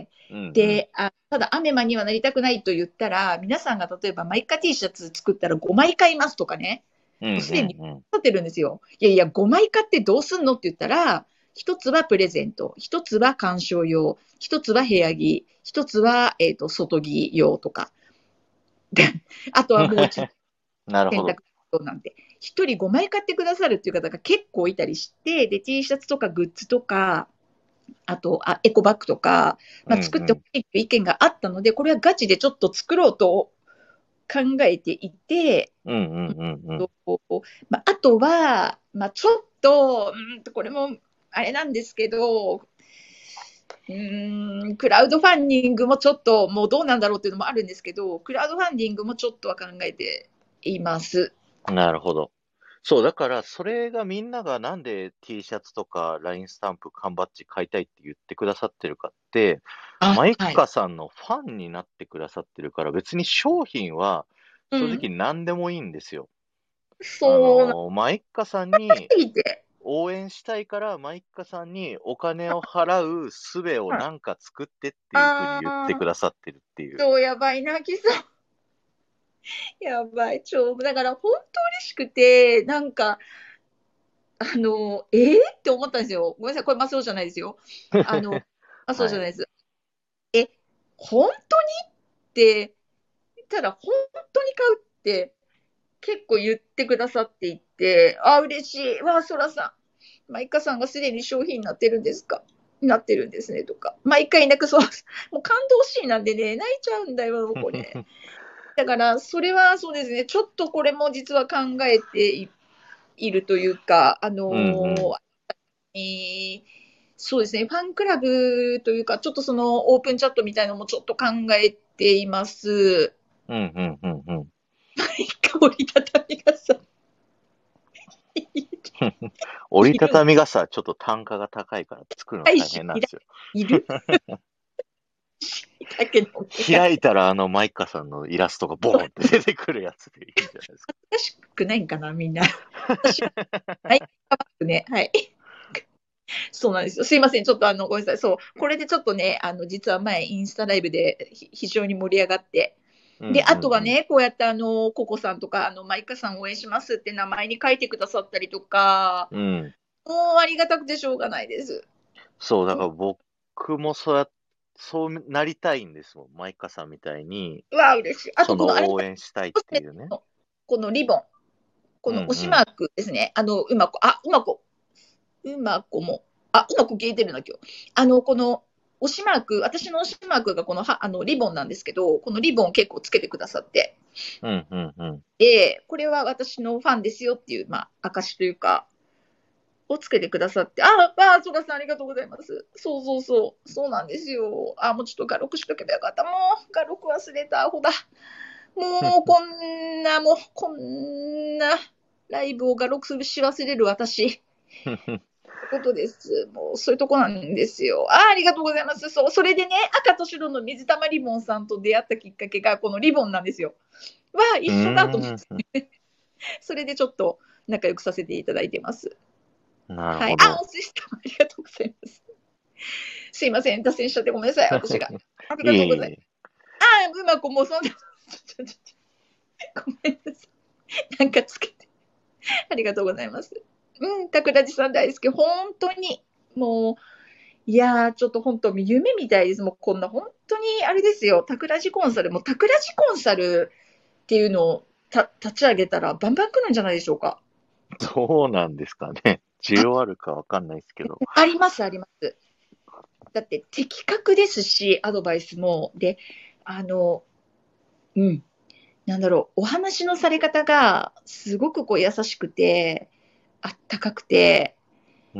Speaker 1: うんうん。
Speaker 2: で、あただ、アメマにはなりたくないと言ったら、皆さんが例えばマイカ T シャツ作ったらごまい買いますとかね、
Speaker 1: うんう
Speaker 2: もうすでに
Speaker 1: んうん。
Speaker 2: 立ってるんですよ。いやいや、ごまい買ってどうすんのって言ったら、一つはプレゼント、一つは鑑賞用、一つは部屋着、一つは、えっ、と、外着用とか。で、あとはもう一
Speaker 1: なるほど。
Speaker 2: 洗濯用なんで、一人ごまい買ってくださるっていう方が結構いたりして、で、T シャツとかグッズとか、あと、あ、エコバッグとか、まあ、作ってほ
Speaker 1: うんうん。
Speaker 2: しいという意見があったので、これはガチでちょっと作ろうと考えていて、
Speaker 1: うんうんうんうん。
Speaker 2: まあ、あとは、まあ、ちょっと、うんと、これもあれなんですけど、うーん、クラウドファンディングもちょっと、もうどうなんだろうっていうのもあるんですけど、クラウドファンディングもちょっとは考えています。
Speaker 1: なるほど。そう、だから、それがみんながなんで T シャツとか ライン スタンプ、缶バッジ買いたいって言ってくださってるかって、
Speaker 2: あ、
Speaker 1: マイ
Speaker 2: はい。
Speaker 1: カさんのファンになってくださってるから、別に商品は正直
Speaker 2: うん。
Speaker 1: 何でもいいんですよ。あ
Speaker 2: そうな
Speaker 1: の、マイカさんに
Speaker 2: すぎて。
Speaker 1: 応援したいから、マイカさんにお金を払う術を
Speaker 2: はい。
Speaker 1: なんか作ってっていうふうに言って
Speaker 2: ああ、
Speaker 1: くださってるっていう。
Speaker 2: そうやばい、泣きそう。 やばい、超、だから本当嬉しくて、なんか、あの、えー、って思ったんですよ。ごめんなさい、これマスオじゃないですよ。あの、マスオ
Speaker 1: はい。
Speaker 2: じゃないです。え、本当にってただ本当に買うって結構言ってくださっていて、あ、嬉しい。わあ、そらさん。マイカさんがすでに商品になってるんですか？なってるんですね、とか。毎回なくそう。もう感動シーンなんでね、泣いちゃうんだよ、これ。だから、それはそうですね、ちょっとこれも実は考えていいるというか、あの
Speaker 1: うんうん。
Speaker 2: ーえーそうですね、ファンクラブというか、ちょっとそのオープンチャットみたいなのもちょっと考えています。
Speaker 1: うんうんうんうん。
Speaker 2: 折りたたみ傘。
Speaker 1: 折りた
Speaker 2: いるの
Speaker 1: たみ傘はちょっと単価が高いから作るの大
Speaker 2: 大使いら
Speaker 1: 変なんですよ。
Speaker 2: いるだけど、いや、
Speaker 1: 開いたらあのマイカさんのイラストがボーンって出てくるやつでいいんじゃないですか。
Speaker 2: らしくないんかな、みんな。私は、はい、バックね。はい。そうなんですよ。すいません。ちょっとあの、ごめんなさい。そう。これでちょっとね、あの、実は前、インスタライブでひ非常に盛り上がって、で、
Speaker 1: うん
Speaker 2: あ
Speaker 1: うんうん。
Speaker 2: とはね、こうやってあの、ココさんとか、あの、マイカさん応援しますって名前に書いてくださったりとか、
Speaker 1: うん。
Speaker 2: もうありがたくてしょうがないです。
Speaker 1: そう、だから
Speaker 2: も
Speaker 1: 僕もそうや、そうなりたいんですもん。マイカさんみたいに、
Speaker 2: う、わあ、嬉しい。あ
Speaker 1: そ
Speaker 2: と、このあれ、
Speaker 1: の応援したいっていうね。
Speaker 2: このリボン、こ
Speaker 1: うん
Speaker 2: の推し
Speaker 1: うん。
Speaker 2: マークですね。あの、うまこ、あ、うまこ、うまこも、あ、うまく消えてるな、今日。あの、この、推しマーク、私の推しマークがこのはあのリボンなんですけど、このリボンを結構つけてくださって、
Speaker 1: うんうんうん。
Speaker 2: で、これは私のファンですよっていう、まあ、証というか、をつけてくださって、あ、あ、そらさんありがとうございます。そうそうそう、そうなんですよ。あ、もうちょっと画録しとけばよかった。もう、画録忘れた、アホだ。もう、こんな、もう、こんな、ライブを画録し忘れる私。ことです。もうそういうとこなんですよ。あありがとうございます。そう、それでね、赤と白の水玉リボンさんと出会ったきっかけがこのリボンなんですよ。わあ、
Speaker 1: う
Speaker 2: 一緒だと思っ
Speaker 1: ーん。
Speaker 2: て、それでちょっと仲良くさせていただいてます。はい。あ、
Speaker 1: なるほど。
Speaker 2: お寿司さんありがとうございます。すいません、脱線しちゃってごめんなさい、私が。あり
Speaker 1: い
Speaker 2: がとうございます。
Speaker 1: えいえ。
Speaker 2: ああ、うまくもうそんな、ごめんなさい。なんかつけて。ありがとうございます。うん、桜地さん大好き。本当に。もう、いやー、ちょっと本当、夢みたいです。もうこんな、本当にあれですよ、タクラジコンサル、もうタクラジコンサルっていうのをた立ち上げたら、バンバン来るんじゃないでしょうか。
Speaker 1: どうなんですかね。需
Speaker 2: あ、
Speaker 1: 要あるかわかんないですけど。
Speaker 2: あります、あります。だって、的確ですし、アドバイスも。で、あの、うん、なんだろう、お話のされ方が、すごくこう優しくて、あったかくて、
Speaker 1: うん。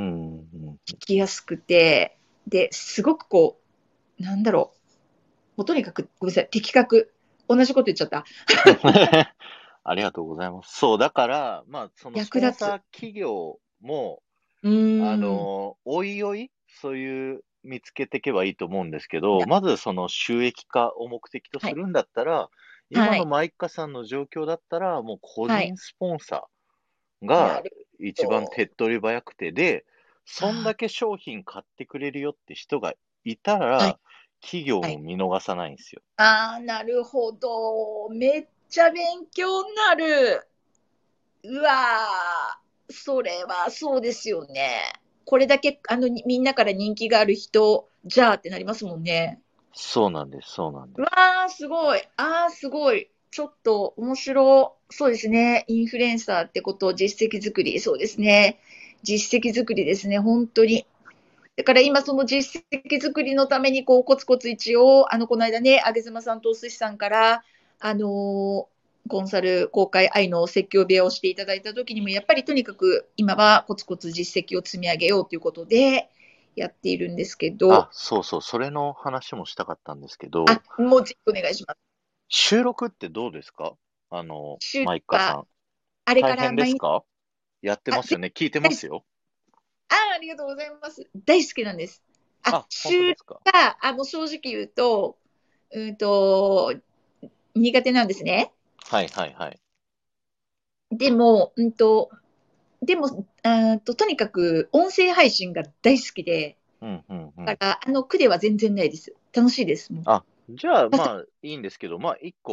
Speaker 2: 聞きやすくて、で、すごくこう、なんだろう、もうとにかく、ごめんなさい、的確。同じこと言っちゃった。
Speaker 1: ありがとうございます。そう、だから、まあ、そのスポンサ
Speaker 2: 役立つ。
Speaker 1: ー企業も、
Speaker 2: う
Speaker 1: あ
Speaker 2: ーん。
Speaker 1: の、おいおい、そういう見つけていけばいいと思うんですけ
Speaker 2: いや、
Speaker 1: ど、まずその収益化を目的と
Speaker 2: はい。
Speaker 1: するんだったら、今
Speaker 2: はい。
Speaker 1: のマイカさんの状況だったら、もう個
Speaker 2: はい。
Speaker 1: 人スポンサーが
Speaker 2: なる
Speaker 1: 一番手
Speaker 2: ほど。
Speaker 1: っ取り早くて、で、そんだ
Speaker 2: あ
Speaker 1: け商品買ってくれるよって人がいた
Speaker 2: あ、はい。
Speaker 1: ら、企業
Speaker 2: はい。
Speaker 1: も見逃さないんですよ。
Speaker 2: ああ、なるほど。めっちゃ勉強になる。うわー、それはそうですよね。これだけ、あの、みんなから人気がある人、じゃあってなりますもんね。
Speaker 1: そうなんです、そうなん
Speaker 2: うわ
Speaker 1: です。
Speaker 2: ー、すごい。あー、すごい。ちょっと面白そうですね。インフルエンサーってこと、実績作り。そうですね。実績作りですね。本当に。だから今その実績作りのためにこうコツコツ一応、あの、この間ね、あげずまさんとお寿司さんから、あのーコンサル公開愛の説教部屋をしていただいた時にも、やっぱりとにかく今はコツコツ実績を積み上げようということでやっているんですけ
Speaker 1: あ、
Speaker 2: ど、
Speaker 1: そうそう、それの話もしたかったんですけ
Speaker 2: あ、
Speaker 1: ど、
Speaker 2: もうぜひお願いします。
Speaker 1: 収録ってどうですか？あの、
Speaker 2: 週
Speaker 1: マイカさ
Speaker 2: は、
Speaker 1: ん。
Speaker 2: あれ
Speaker 1: 大
Speaker 2: から毎日、
Speaker 1: 変ですか？やって
Speaker 2: あ、
Speaker 1: ますよね。聞いて
Speaker 2: 大好き。
Speaker 1: ますよ。
Speaker 2: あ、ありがとうございます。大好きなんです。あ、
Speaker 1: あ、本当
Speaker 2: 週
Speaker 1: ですか？
Speaker 2: が、あの、正直言うと、うんと、苦手なんですね。
Speaker 1: はいはいはい。
Speaker 2: でも、うんと、でも、うんと、とにかく音声配信が大好きで、
Speaker 1: うんうんうん。
Speaker 2: だから、あの、苦では全然ないです。楽しいです。もう。
Speaker 1: あ、じゃあ、まあ、いいんですけど、まあ、一個、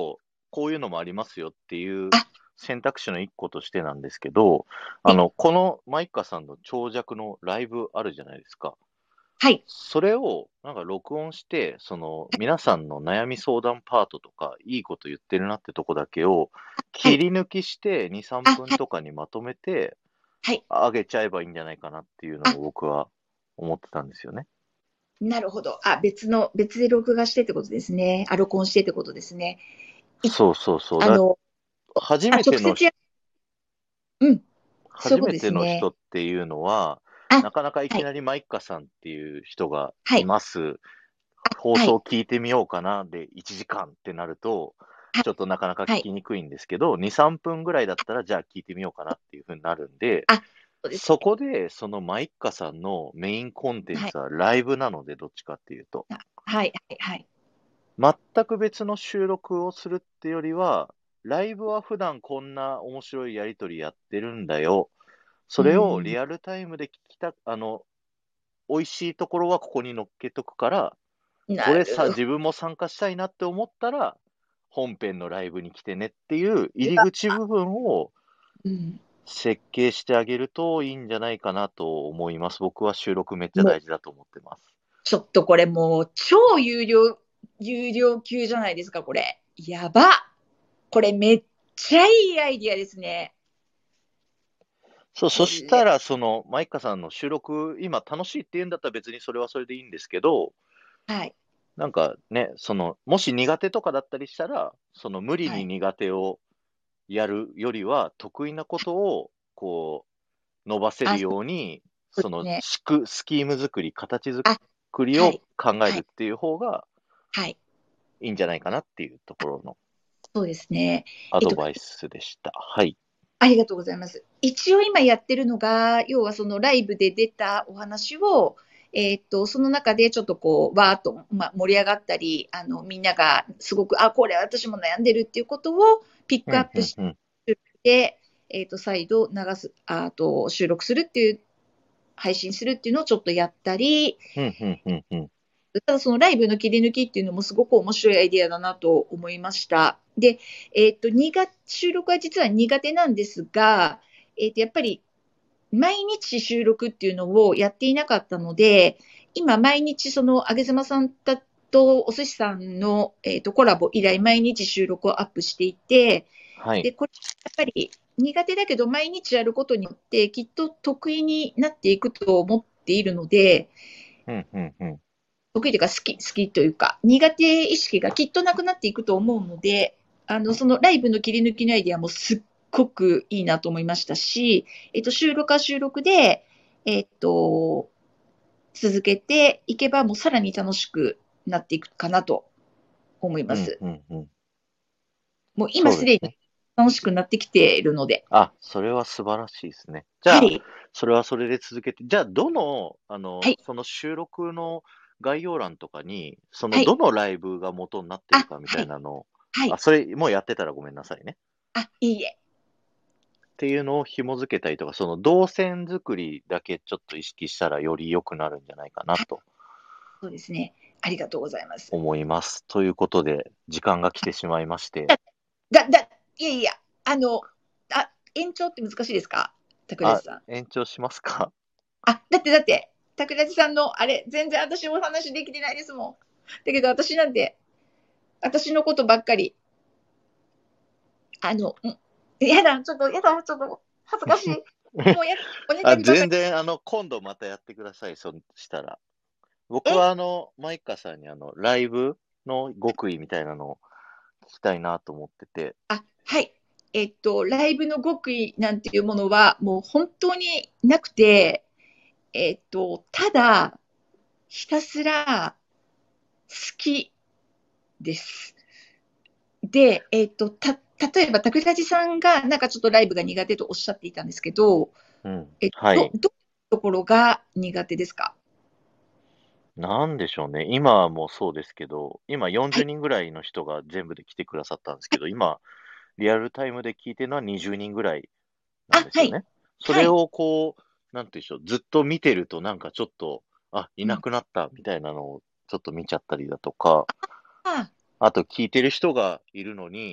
Speaker 1: こういうのもありますよっていう
Speaker 2: あ、
Speaker 1: 選択肢の一個としてなんですけど、
Speaker 2: はい、
Speaker 1: あの、このマイカさんの長尺のライブあるじゃないですか。
Speaker 2: はい、
Speaker 1: それをなんか録音して、その皆さんの悩み相談パートとか、いいこと言ってるなってとこだけを
Speaker 2: はい、
Speaker 1: 切り抜きしてに、3
Speaker 2: あ、はい、
Speaker 1: 分とかにまとめて
Speaker 2: はい。
Speaker 1: あげちゃえばいいんじゃないかなっていうの
Speaker 2: あ、
Speaker 1: を僕は思ってたんですよね。
Speaker 2: なるほど。あ、別の、別で録画してってことですね。あ、録音してってことですね。い、
Speaker 1: そうそうそう。だ
Speaker 2: あの、
Speaker 1: 初
Speaker 2: あ、
Speaker 1: めての人
Speaker 2: 直接や、うん、そういうことで
Speaker 1: 初めての人
Speaker 2: すね。
Speaker 1: っていうのは、
Speaker 2: あ、
Speaker 1: なかなかい
Speaker 2: はい、
Speaker 1: きなりマイカさんっていう人がい
Speaker 2: はい、
Speaker 1: ます。放
Speaker 2: はい、
Speaker 1: 送聞いてみようかなでいちじかんってなると、
Speaker 2: はい、
Speaker 1: ちょっとなかなか聞
Speaker 2: はい。
Speaker 1: きにくいんですけど、に、さんぷんぐらいだったら、じゃあ聞いてみようかなっていう風になるんで、
Speaker 2: あ、そうです
Speaker 1: そこで、そのマイカさんのメインコンテ
Speaker 2: ね。はい、
Speaker 1: ンツはライブなので、どっちかっていうと。
Speaker 2: あ、はい、はい、はい。
Speaker 1: 全く別の収録をするってよりは、ライブは普段こんな面白いやりとりやってるんだよ。
Speaker 2: う
Speaker 1: それを
Speaker 2: ん、
Speaker 1: リアルタイムで聞きた、あの、美味しいところはここに乗っけとくから、これさ、
Speaker 2: なる
Speaker 1: 自分も参加したいなって思ったら、本編のライブに来てねっていう
Speaker 2: ほど。
Speaker 1: 入り口部分を
Speaker 2: うん。
Speaker 1: 設計してあげるといいんじゃないかなと思います。僕は収録めっちゃ
Speaker 2: もう、
Speaker 1: 大事だと思ってます。
Speaker 2: ちょっとこれもう、超有料、有料級じゃないですか、これ。やば。これめっちゃいいアイディアですね。
Speaker 1: そう、そ
Speaker 2: これ、
Speaker 1: したら、その、マイカさんの収録、今楽しいって言うんだったら別にそれはそれでいいんですけど、
Speaker 2: はい、
Speaker 1: なんかね、その、もし苦手とかだったりしたら、その無理
Speaker 2: はい。
Speaker 1: に苦手をやるよりは、得意なことを、こう、伸ばせる
Speaker 2: あ、そ
Speaker 1: ように、その、
Speaker 2: うですね。
Speaker 1: スク、スキーム作り、形
Speaker 2: あ、
Speaker 1: 作りを
Speaker 2: はい、
Speaker 1: 考え
Speaker 2: はい、
Speaker 1: るっていう方が
Speaker 2: はい。
Speaker 1: いいんじゃないかなっていうところの
Speaker 2: そうですね。えっと、
Speaker 1: アドバイスでした。はい。
Speaker 2: ありがとうございます。一応今やってるのが、要はそのライブで出たお話を、えっと、その中でちょっとこう、わーっと、まあ、盛り上がったり、あの、みんながすごく、あ、これ私も悩んでるっていうことをピッ
Speaker 1: うん、うん、
Speaker 2: クアップし
Speaker 1: うん。
Speaker 2: て、えっと、再度流す、あと、収録するっていう、配信するっていうのをちょっとやったり、
Speaker 1: うん、うん、うん、うん。
Speaker 2: ただそのライブの切り抜きっていうのもすごく面白いアイディアだなと思いました。で、えっと、苦収録は実は苦手なんですが、えっと、やっぱり毎日収録っていうのをやっていなかったので、今毎日その、あげずまさんとお寿司さんの、えっと、コラボ以来毎日収録をアップしていて、
Speaker 1: はい。
Speaker 2: で、これやっぱり苦手だけど毎日やることによってきっと得意になっていくと思っているので、
Speaker 1: うん、うん、うん。
Speaker 2: 得意というか好き、好きというか、苦手意識がきっとなくなっていくと思うので、あの、そのライブの切り抜きのアイディアもすっごくいいなと思いましたし、えっと、収録は収録で、えっと、続けていけばもうさらに楽しくなっていくかなと思い
Speaker 1: うん、
Speaker 2: ます。
Speaker 1: うん、うん。
Speaker 2: もう今すでに
Speaker 1: そうですね。
Speaker 2: 楽しくなってきているので。
Speaker 1: あ、それは素晴らしいですね。じゃあ、
Speaker 2: はい。
Speaker 1: それはそれで続けて、じゃあ、どの、あの、
Speaker 2: はい。
Speaker 1: その収録の概要欄とかに、その、
Speaker 2: はい。
Speaker 1: どのライブが元になってる
Speaker 2: あ、
Speaker 1: かみた
Speaker 2: はい。
Speaker 1: いなのを、あ、
Speaker 2: はい。
Speaker 1: それ、もうやってたらごめんなさいね。
Speaker 2: あ、いいえ。
Speaker 1: っていうのを紐付けたりとか、その動線作りだけちょっと意識したらより良くなるんじゃないかな
Speaker 2: はい。
Speaker 1: と
Speaker 2: そうですね。ありがとうございます。
Speaker 1: 思います。ということで、時間が来てしまいまして、
Speaker 2: だ、だ、だ、いやいや、あの、あ、延長って難しいですか？桜地
Speaker 1: あ、
Speaker 2: さん。
Speaker 1: 延長しますか？
Speaker 2: あ、だってだって、桜地さんの、あれ、全然私お話できてないですもん。だけど私なんて、私のことばっかり、あの、んやだ、ちょっと、やだ、ちょっと、恥ずかしい。もうや、おねだ
Speaker 1: あ、
Speaker 2: りばかり。
Speaker 1: 全然、あの、今度またやってください。そしたら。僕
Speaker 2: え、
Speaker 1: はあの、マイカさんにあの、ライブの極意みたいなのを聞きたいなと思ってて。
Speaker 2: あ、はい。えっと、ライブの極意なんていうものは、もう本当になくて、えっと、ただ、ひたすら好きです。で、えっと、た、例えば、桜地さんが、なんかちょっとライブが苦手とおっしゃっていたんですけど、
Speaker 1: うん。
Speaker 2: え、ど、
Speaker 1: はい。
Speaker 2: どういうところが苦手ですか？
Speaker 1: なんでしょうね。今もそうですけど、今40
Speaker 2: はい、
Speaker 1: 人ぐらいの人が全部で来てくださったんです
Speaker 2: はい、
Speaker 1: けど、今、リアルタイムで聞いてるのはにじゅうにんぐらいなん
Speaker 2: あ、はい、
Speaker 1: ですよね。そ
Speaker 2: はい、
Speaker 1: れをこう、なんていうんでしょう、ずっと見てるとなんかちょっと、あ、い
Speaker 2: うん、
Speaker 1: なくなったみたいなのをちょっと見ちゃったりだとか、
Speaker 2: あ、
Speaker 1: あと聞いてる人がいるのに、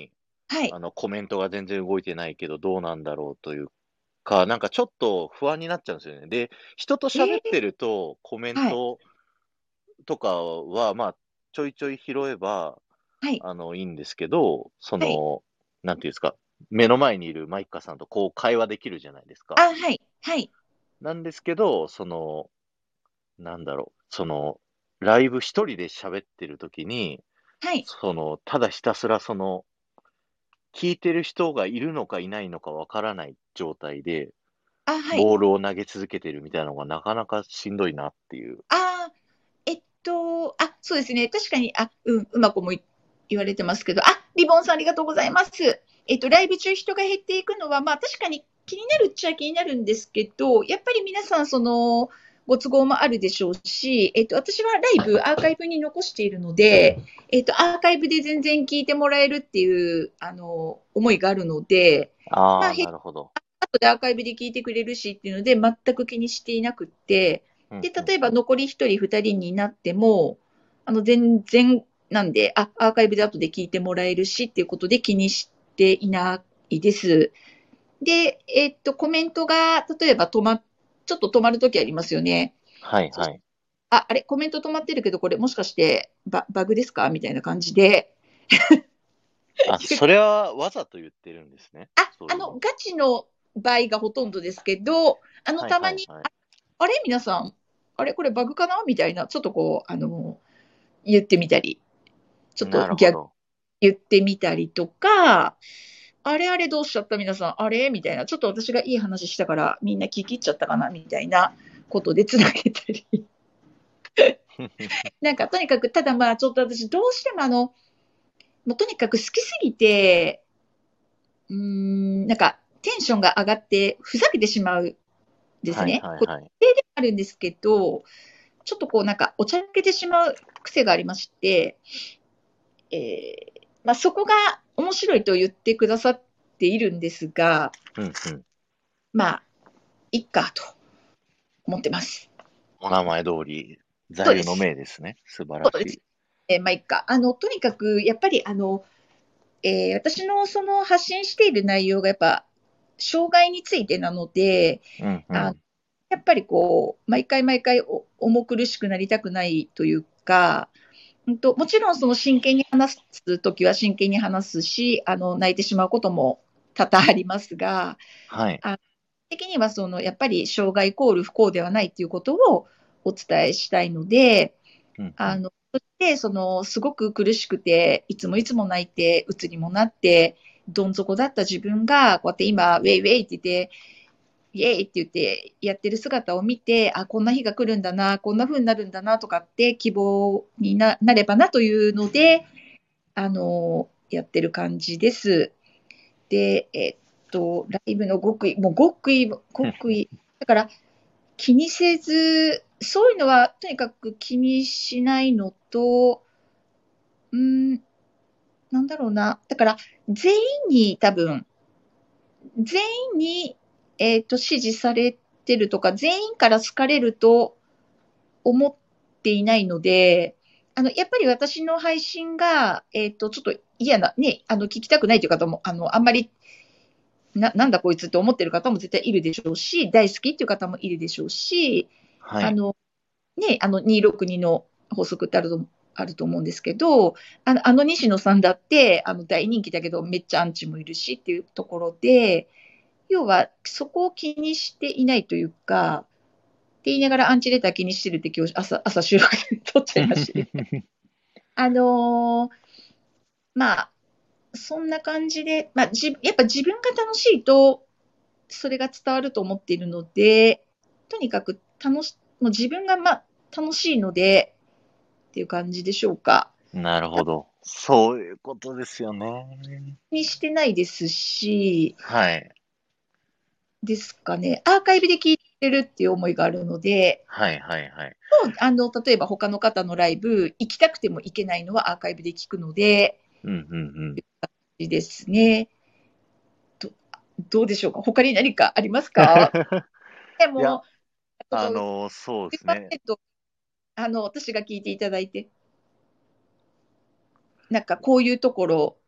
Speaker 2: はい。
Speaker 1: あの、コメントが全然動いてないけど、どうなんだろうというか、なんかちょっと不安になっちゃうんですよね。で、人と
Speaker 2: ええ、
Speaker 1: 喋ってると、コメン
Speaker 2: はい。
Speaker 1: トとかは、まあ、ちょいちょい拾えば、
Speaker 2: はい。
Speaker 1: あの、いいんですけど、そ
Speaker 2: はい。
Speaker 1: の、なんていうんですか、目の前にいるマイカさんとこう会話できるじゃないですか。
Speaker 2: あ、はい。はい。
Speaker 1: なんですけど、その、なんだろう、その、ライブ一人で喋ってる時に、
Speaker 2: はい。
Speaker 1: その、ただひたすらその、聞いてる人がいるのかいないのかわからない状態で、
Speaker 2: あ、はい。
Speaker 1: ボールを投げ続けてるみたいなのがなかなかしんどいなっていう。
Speaker 2: ああ、えっと、あ、そうですね。確かに、あ、うん、うまくもい言われてますけど、あ、リボンさんありがとうございます。えっと、ライブ中人が減っていくのは、まあ確かに気になるっちゃ気になるんですけど、やっぱり皆さん、その、ご都合もあるでしょうし、えっと、私はライブ、アーカイブに残しているので、えっと、アーカイブで全然聞いてもらえるっていう、あの、思いがあるので、まあ、
Speaker 1: ああ、
Speaker 2: へ
Speaker 1: なるほど。
Speaker 2: 後でアーカイブで聞いてくれるしっていうので、全く気にしていなくって、で、
Speaker 1: うんうんうん。
Speaker 2: 例えば残りひとり、ふたりになっても、あの、全然なんで、あ、アーカイブで後で聞いてもらえるしっていうことで気にしていないです。で、えっと、コメントが、例えば止ま、ちょっと止まるときありますよね。そし
Speaker 1: はいはい。
Speaker 2: あ、あれ、コメント止まってるけど、これもしかしてババグですかみたいな感じで、
Speaker 1: あ、それはわざと言ってるんですね。
Speaker 2: あ、あの、
Speaker 1: そういうの。
Speaker 2: ガチの場合がほとんどですけど、あの、
Speaker 1: はい
Speaker 2: たまに、
Speaker 1: はいはい。
Speaker 2: あれ皆さん、あれこれバグかなみたいな、ちょっとこう、あの、言ってみたり、ちょっと逆
Speaker 1: なるほど。
Speaker 2: 言ってみたりとか、あれあれどうしちゃった皆さん、あれみたいな、ちょっと私がいい話したからみんな聞き入っちゃったかなみたいなことでつなげたり。なんかとにかく、ただまあちょっと私どうしてもあの、もうとにかく好きすぎて、うーん、なんかテンションが上がってふざけてしまうです
Speaker 1: はい
Speaker 2: ね。これ
Speaker 1: はいはい。
Speaker 2: であるんですけど、ちょっとこうなんかおちゃらけてしまう癖がありまして、えーまあ、そこが面白いと言ってくださっているんですが、
Speaker 1: うんうん。
Speaker 2: まあ、いっかと思ってます。
Speaker 1: お名前通り、座右の
Speaker 2: そうです。
Speaker 1: 銘ですね。素晴ら
Speaker 2: そうです。
Speaker 1: しい。
Speaker 2: えーまあ、いっか。あの、とにかく、やっぱり、あの、えー私のその発信している内容がやっぱ、障害についてなので、あ
Speaker 1: うんうん。
Speaker 2: やっぱりこう、毎回毎回お重苦しくなりたくないというか、うんと、もちろんその真剣に話すときは真剣に話すし、あの、泣いてしまうことも多々ありますが、
Speaker 1: はい。
Speaker 2: あ的にはその、やっぱり障害イコール不幸ではないということをお伝えしたいので、
Speaker 1: うんうん。
Speaker 2: あの、そして、その、すごく苦しくて、いつもいつも泣いて、鬱にもなって、どん底だった自分が、こうやって今、ウェイウェイって言って、イエーイって言ってやってる姿を見て、あ、こんな日が来るんだな、こんな風になるんだなとかって希望にななればなというので、あの、やってる感じです。で、えっと、ライブの極意、もう極意、極意。だから気にせず、そういうのはとにかく気にしないのと、うーん、なんだろうな。だから全員に多分、全員に、えっと、支持されてるとか、全員から好かれると思っていないので、あの、やっぱり私の配信が、えっと、ちょっと嫌な、ね、あの、聞きたくないという方も、あの、あんまり、な、なんだこいつって思ってる方も絶対いるでしょうし、大好きっていう方もいるでしょうし、
Speaker 1: はい。
Speaker 2: あの、ね、あの、にひゃくろくにの法則ってあると、あると思うんですけど、あの、あの西野さんだって、あの、大人気だけど、めっちゃアンチもいるしっていうところで、要は、そこを気にしていないというか、って言いながらアンチレター気にしてるって今日朝、朝収録で撮っちゃいました。あのーまあ、そんな感じで、まあ、じ、やっぱ自分が楽しいと、それが伝わると思っているので、とにかく楽し、もう自分がまあ楽しいのでっていう感じでしょうか。
Speaker 1: なるほど。そういうことですよね。
Speaker 2: にしてないですし、
Speaker 1: はい。
Speaker 2: ですかね、アーカイブで聞いてるっていう思いがあるので、
Speaker 1: はいはいはい。
Speaker 2: あの、例えば他の方のライブ、行きたくても行けないのはアーカイブで聞くので、
Speaker 1: うんうん
Speaker 2: ですね。どどうでしょうか他に何かあります
Speaker 1: うん。
Speaker 2: か？で
Speaker 1: いや、
Speaker 2: も、その、
Speaker 1: あの、そうですね。
Speaker 2: じゅっパーセント、あの、私が聞いていただいて、なんかこういうところ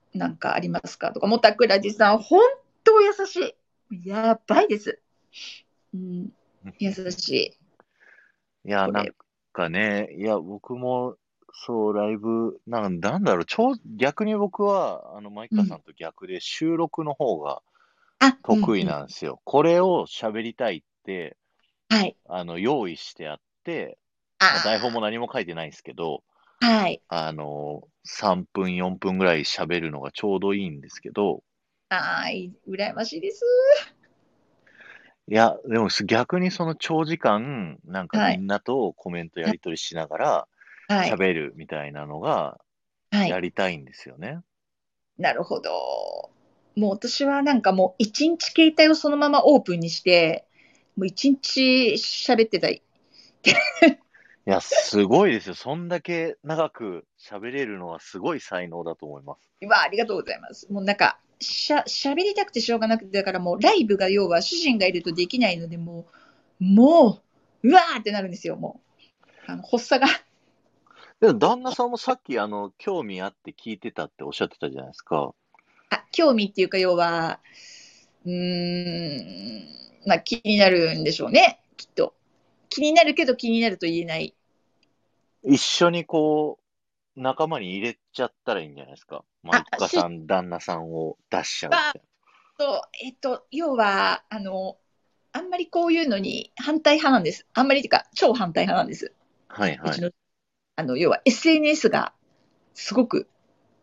Speaker 2: なんかありますかとか、もたくらじさん、本当優しい。やばいです。うん、優しい。
Speaker 1: いや、なん
Speaker 2: これ。
Speaker 1: かね、いや、僕も、そう、ライブ、なん、なんだろう、ちょう、逆に僕は、あの、マイ
Speaker 2: うん。
Speaker 1: カさんと逆で収録の方が
Speaker 2: あ、うん、
Speaker 1: 得意
Speaker 2: うん。
Speaker 1: なんですよ。これを喋りたいって、
Speaker 2: はい。
Speaker 1: あの、用意してあって、まあ、台本も
Speaker 2: あ
Speaker 1: 何も書いてないんですけど、
Speaker 2: あ、はい。
Speaker 1: あの、さんぷん、よんぷんぐらい喋るのがちょうどいいんですけど、
Speaker 2: ああ、い羨ましいです。
Speaker 1: いや、でもす逆にその長時間、なんか
Speaker 2: はい。
Speaker 1: みんなとコメントやり取りしながら
Speaker 2: はい。
Speaker 1: 喋るみたいなのが
Speaker 2: はい。
Speaker 1: やりたいんですよね。
Speaker 2: なるほど。もう私はなんかもう一日携帯をそのままオープンにして、もう一日喋ってたい。
Speaker 1: いや、すごいですよ。そんだけ長く喋れるのはすごい才能だと思います。
Speaker 2: わあ、ありがとうございます。もうなんか、しゃ、喋りたくてしょうがなくて、だからもうライブが要は主人がいるとできないので、もう、もう、うわーってなるんですよ、もう。あの、発作が。
Speaker 1: でも旦那さんもさっきあの、興味あって聞いてたっておっしゃってたじゃないですか。
Speaker 2: あ、興味っていうか要は、うーん、まあ気になるんでしょうね、きっと。気になるけど気になると言えない。
Speaker 1: 一緒にこう、仲間に入れちゃったらいいんじゃないですか。マイ
Speaker 2: あ、主人
Speaker 1: カさん、旦那さんを出しちゃうみ
Speaker 2: は、
Speaker 1: たい
Speaker 2: と、えっと、要は、あの、あんまりこういうのに反対派なんです。あんまりっていうか、超反対派なんです。
Speaker 1: な。はいはい。
Speaker 2: うちの、あの、要は エスエヌエス がすごく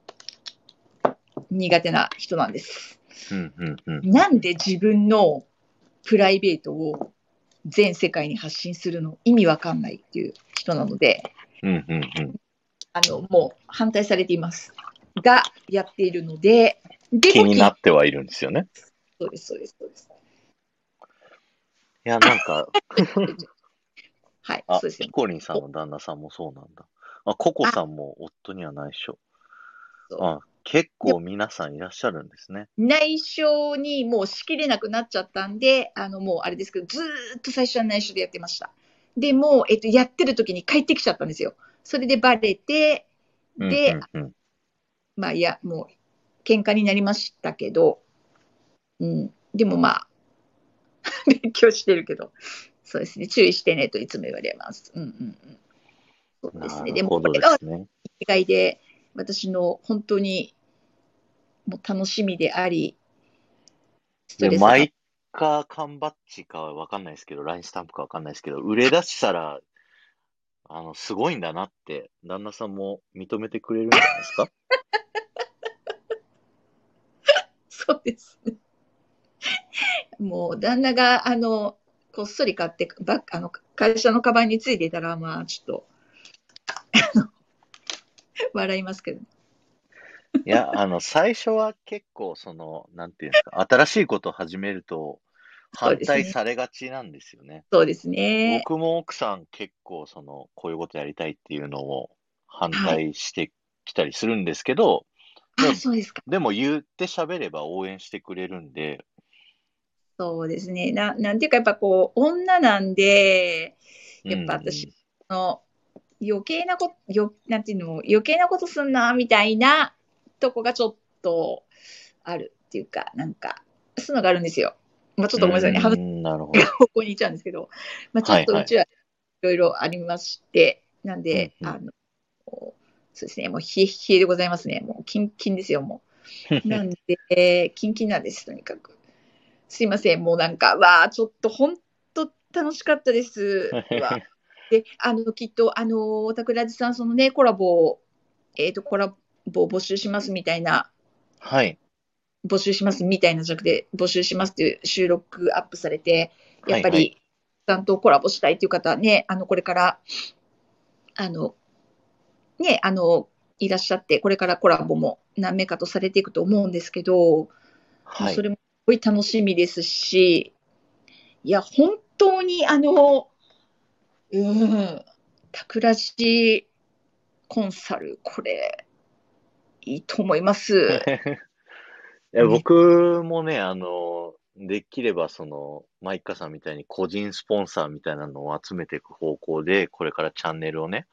Speaker 2: 苦手な人なんです。
Speaker 1: うん、うん、うん、うん。
Speaker 2: なんで自分のプライベートを全世界に発信するの意味わかんないっていう人なので、
Speaker 1: うん、うん、うん。
Speaker 2: あの、もう反対されています。が、やっているので、で
Speaker 1: 気にな
Speaker 2: も気に、
Speaker 1: ってはいるんですよね。
Speaker 2: そうです、そうです、そうです。
Speaker 1: いや、なんか、
Speaker 2: はい、
Speaker 1: あ、
Speaker 2: そうですね。
Speaker 1: ピコリンさんの旦那さんもそうなんだ。あ、ココ
Speaker 2: あ、
Speaker 1: さんも夫には内緒。
Speaker 2: そ
Speaker 1: あ、結
Speaker 2: う。で
Speaker 1: 構皆さんいらっしゃるんですね。
Speaker 2: 内緒にもうしきれなくなっちゃったんで、あの、もうあれですけど、ずーっと最初は内緒でやってました。で、もう、えっと、やってる時に帰ってきちゃったんですよ。それでバレて、
Speaker 1: うん、う
Speaker 2: で、
Speaker 1: ん、うん。
Speaker 2: まあ、いや、もう、喧嘩になりましたけど、うん。でもまあ、勉強してるけど、そうですね、注意してねといつも言われます。うんうんうん。そうですね。でも、
Speaker 1: なるほど
Speaker 2: これが
Speaker 1: ですね。
Speaker 2: 意外で、私の本当にもう楽しみであり、スト
Speaker 1: で、
Speaker 2: レス発
Speaker 1: マイカー缶バッジかわかんないですけど、ラインスタンプかわかんないですけど、売れ出したら、あの、すごいんだなって、旦那さんも認めてくれるんじゃないですか？
Speaker 2: そうですね。もう旦那が、あの、こっそり買って、バッあの、会社のカバンについていたら、まあ、ちょっと笑いますけど。
Speaker 1: いや、あの、最初は結構、その、なんていうんですか、新しいことを始めると、反
Speaker 2: そうですね。
Speaker 1: 対されがちなんですよね。
Speaker 2: そうですね。
Speaker 1: 僕も奥さん結構、その、こういうことやりたいっていうのを反
Speaker 2: はい。
Speaker 1: 対してきたりするんですけど、で
Speaker 2: あ、
Speaker 1: も、
Speaker 2: そうですか。
Speaker 1: でも言って喋れば応援してくれるんで、
Speaker 2: そうですね。ななんていうか、やっぱこう、女なんで、
Speaker 1: うん
Speaker 2: やっぱ私
Speaker 1: うん。
Speaker 2: の余計なこと、よなんていうの、余計なことすんな、みたいなとこがちょっとあるっていうか、なんか、そういうのがあるんですよ。まあ、ちょ
Speaker 1: うー
Speaker 2: っとごめんなさいね。話
Speaker 1: ん、なるほ
Speaker 2: が
Speaker 1: ど。
Speaker 2: 方向に行っちゃうんですけど、まあ、ちょっ
Speaker 1: はいはい。
Speaker 2: とうちはいろいろありまして、なんで、
Speaker 1: うんうん。
Speaker 2: あの、そうですね、もう冷え冷えでございますね。もうキンキンですよ、もう。なんで、キンキンなんです、とにかく。すいません、もうなんか、わあ、ちょっと本当楽しかったです。わ。で、あの、きっと、あの、桜地さん、そのね、コラボ、えっ、と、コラボを募集しますみたいな、
Speaker 1: はい。
Speaker 2: 募集しますみたいなじゃなくて、募集しますっていう収録アップされて、や
Speaker 1: はいはい。
Speaker 2: っぱり、ちゃんとコラボしたいっていう方はね、あの、これから、あの、ね、あの、いらっしゃって、これからコラボも何名かとされていくと思うんですけど、もう
Speaker 1: はい。
Speaker 2: それもすごい楽しみですし、いや、本当にあの、うん、桜地コンサル、これ、いいと思います。
Speaker 1: いや、
Speaker 2: め
Speaker 1: 僕もね、あの、できればその、マイカさんみたいに個人スポンサーみたいなのを集めていく方向で、これからチャンネルをね、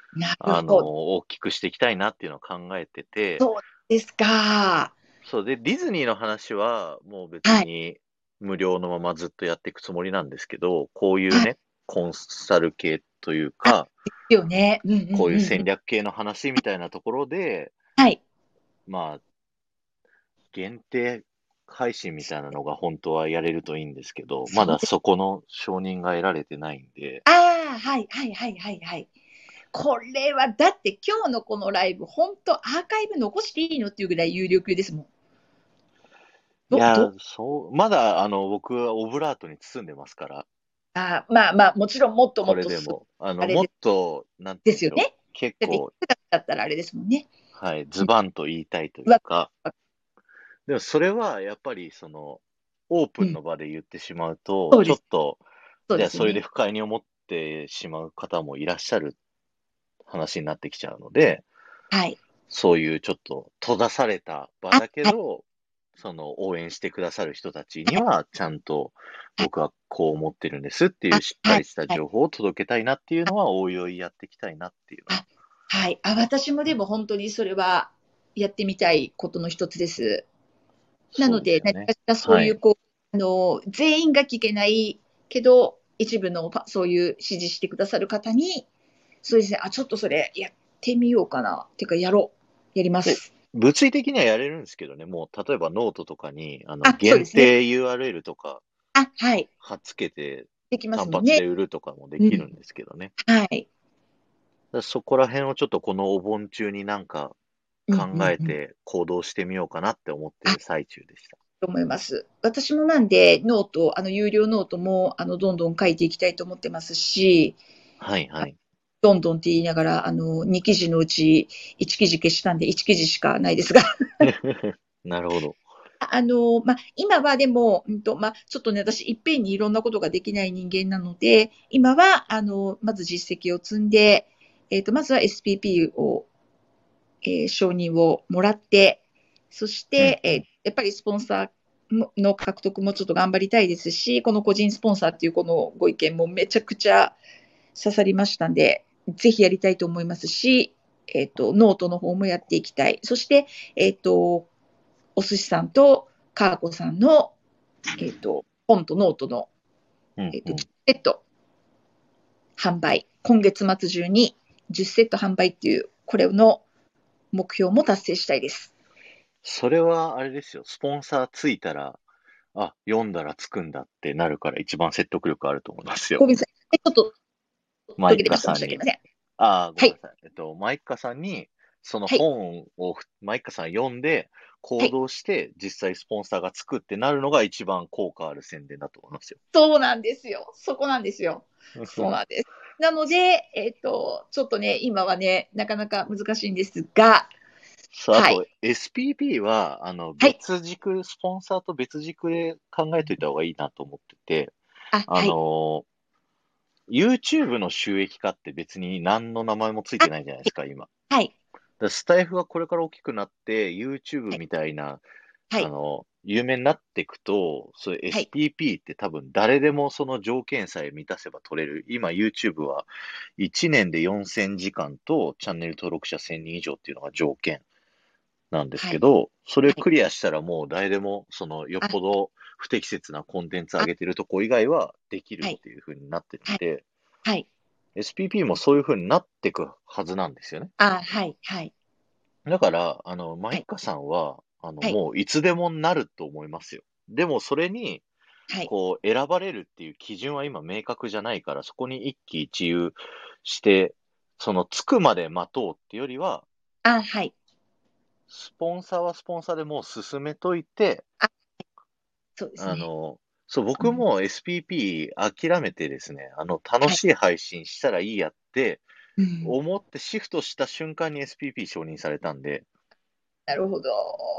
Speaker 2: なる
Speaker 1: あの、
Speaker 2: ほど。
Speaker 1: 大きくしていきたいなっていうのを考えてて、
Speaker 2: そうですか。
Speaker 1: そうで、ディズニーの話はもう別
Speaker 2: はい。
Speaker 1: に無料のままずっとやっていくつもりなんですけど、こういう
Speaker 2: はい。
Speaker 1: ね、コンサル系という
Speaker 2: あ、
Speaker 1: か、
Speaker 2: ですよね。うんうん
Speaker 1: こういう
Speaker 2: うんうん。
Speaker 1: 戦略系の話みたいなところで、
Speaker 2: はい。
Speaker 1: まあ、限定配信みたいなのが本当はやれるといいんですけど、まだ
Speaker 2: そうです。
Speaker 1: そこの承認が得られてないんで、
Speaker 2: ああ、はいはいはいはいはい。これは、だって今日のこのライブ、本当アーカイブ残していいのっていうぐらい有料級ですもん。ど、
Speaker 1: いや、
Speaker 2: ど、
Speaker 1: そう、まだあの、僕はオブラートに包んでますから、
Speaker 2: あーまあまあ、もちろんもっとも
Speaker 1: こ
Speaker 2: っとす、
Speaker 1: れでも、あの、もっ
Speaker 2: あれで
Speaker 1: と、なんて言うんでしょう、
Speaker 2: ですよね。だって、
Speaker 1: 結構、
Speaker 2: だったらあれですもんね。
Speaker 1: はい、
Speaker 2: うん、
Speaker 1: ズバンと言いたいと
Speaker 2: うわ、
Speaker 1: いうか、でもそれはやっぱりその、オープ
Speaker 2: うん、
Speaker 1: ンの場で言ってしまうと、
Speaker 2: そうです。
Speaker 1: ちょっと、じゃあそれで
Speaker 2: そうですよね。
Speaker 1: 不快に思ってしまう方もいらっしゃる話になってきちゃうので、
Speaker 2: はい。
Speaker 1: そういうちょっと閉ざされた場
Speaker 2: あ、
Speaker 1: だけ
Speaker 2: はい、
Speaker 1: ど、その応援してくださる人たちには、ちゃんと
Speaker 2: はい、
Speaker 1: 僕はこう思ってるんですってい
Speaker 2: あ、
Speaker 1: うしっか
Speaker 2: はい、
Speaker 1: りした
Speaker 2: はい。
Speaker 1: 情報を届けたいなっていうのは、おいおいやっていきたいなっていうのは。
Speaker 2: あ、はい。あ、私もでも本当にそれはやってみたいことの一つです。な
Speaker 1: そう
Speaker 2: ので、
Speaker 1: ですよね。
Speaker 2: 何かしらそう
Speaker 1: はい。
Speaker 2: いう、こう、あの、全員が聞けないけど、一部のパそういう支持してくださる方に、そうですね、あ、ちょっとそれやってみようかな。てか、やろう。やりま
Speaker 1: で、
Speaker 2: す。
Speaker 1: 物理的にはやれるんですけどね、もう例えばノートとかに、あの、
Speaker 2: あ、そうですね。
Speaker 1: 限定 ユーアールエル とか
Speaker 2: あ、はい。
Speaker 1: 貼っつけて
Speaker 2: できます
Speaker 1: 単
Speaker 2: もんね。
Speaker 1: 発で売るとかもで
Speaker 2: うん。
Speaker 1: きるんですけどね。
Speaker 2: はい。
Speaker 1: だからそこら辺をちょっとこのお盆中になんか
Speaker 2: うん
Speaker 1: 考
Speaker 2: うんうん。
Speaker 1: えて行動してみようかなって思って
Speaker 2: あ、
Speaker 1: る最中でした。
Speaker 2: と思います。私もなんで、ノート、あの、有料ノートも、あの、どんどん書いていきたいと思ってますし、あ、
Speaker 1: はいはい。
Speaker 2: どんどんって言いながら、あの、に記事のうちいち記事消したんで、いち記事しかないですが、
Speaker 1: なるほど。
Speaker 2: あの、まあ、今はでも、うんと、まあ、ちょっとね、私いっぺんにいろんなことができない人間なので、今は、あの、まず実績を積んで、えっと、まずは エスピーピー を、えー承認をもらって、そして、えー
Speaker 1: うんうん。
Speaker 2: やっぱりスポンサーの獲得もちょっと頑張りたいですし、この個人スポンサーっていうこのご意見もめちゃくちゃ刺さりましたんで、ぜひやりたいと思いますし、えっと、ノートの方もやっていきたい。そして、えっと、お寿司さんとかーこさんの、えっと、本とノートの、えっと、
Speaker 1: うんうん。
Speaker 2: じゅっセット販売。今月末中にじゅっセット販売っていう、これの目標も達成したいです。
Speaker 1: それはあれですよ。スポンサーついたら、あ、読んだらつくんだってなるから一番説得力あると思いますよ。
Speaker 2: ごめんなさい。ちょっと
Speaker 1: マイ
Speaker 2: 途切れました。
Speaker 1: カさんに。
Speaker 2: 申し訳ありません。
Speaker 1: ああ、ご
Speaker 2: はい。
Speaker 1: めんなさい。えっと、マイカさんに、その
Speaker 2: はい。
Speaker 1: 本をマイカさん読んで、行
Speaker 2: はい。
Speaker 1: 動して、実際スポンサーがつくってなるのが一番効果ある宣伝だと思いますよ。
Speaker 2: そうなんですよ。そこなんですよ。そうなんです。なので、えっと、ちょっとね、今はね、なかなか難しいんですが、
Speaker 1: そう、あ
Speaker 2: はい。
Speaker 1: と エスピーピー は、あの、
Speaker 2: はい。
Speaker 1: 別軸、スポンサーと別軸で考えといた方がいいなと思ってて、
Speaker 2: あ、
Speaker 1: あ
Speaker 2: はい。
Speaker 1: の、YouTube の収益化って別に何の名前もつい
Speaker 2: あ、
Speaker 1: てないじゃないですか、今。だか
Speaker 2: はい。
Speaker 1: らスタイフがこれから大きくなって、YouTube
Speaker 2: はい。
Speaker 1: みたいな、
Speaker 2: はい。
Speaker 1: あの、有名になっていくと、そういう
Speaker 2: はい。
Speaker 1: エスピーピー って多分誰でもその条件さえ満たせば取れる。今 YouTube はいちねんでよんせんじかんとチャンネル登録者せんにん以上っていうのが条件なんです
Speaker 2: はい。
Speaker 1: けど、それを
Speaker 2: はい。
Speaker 1: クリアしたらもう誰でもそのよっ
Speaker 2: あ、
Speaker 1: ぽど不適切なコンテンツ上
Speaker 2: あ、
Speaker 1: げてるとこ以外はできる
Speaker 2: はい。
Speaker 1: っていう風になってる
Speaker 2: はい。
Speaker 1: んで、
Speaker 2: はい。
Speaker 1: エスピーピー もそういう風になってくはずなんですよね。
Speaker 2: あ、はい。はい。
Speaker 1: だから、あの、マ
Speaker 2: はい。
Speaker 1: イカさんは、あの、
Speaker 2: はい。
Speaker 1: もういつでもなると思いますよ。でもそれに、
Speaker 2: はい。
Speaker 1: こう、選ばれるっていう基準は今明確じゃないから、そこに一喜一憂して、その、つくまで待とうっていうよりは、
Speaker 2: あ、はい。
Speaker 1: スポンサーはスポンサーでもう進めといて、
Speaker 2: あ、そうですね。
Speaker 1: あの、そう、
Speaker 2: うん。
Speaker 1: 僕も エスピーピー 諦めてですね、あの、楽
Speaker 2: はい。
Speaker 1: しい配信したらいいやって
Speaker 2: うん。
Speaker 1: 思ってシフトした瞬間に エスピーピー 承認されたんで、
Speaker 2: なるほど。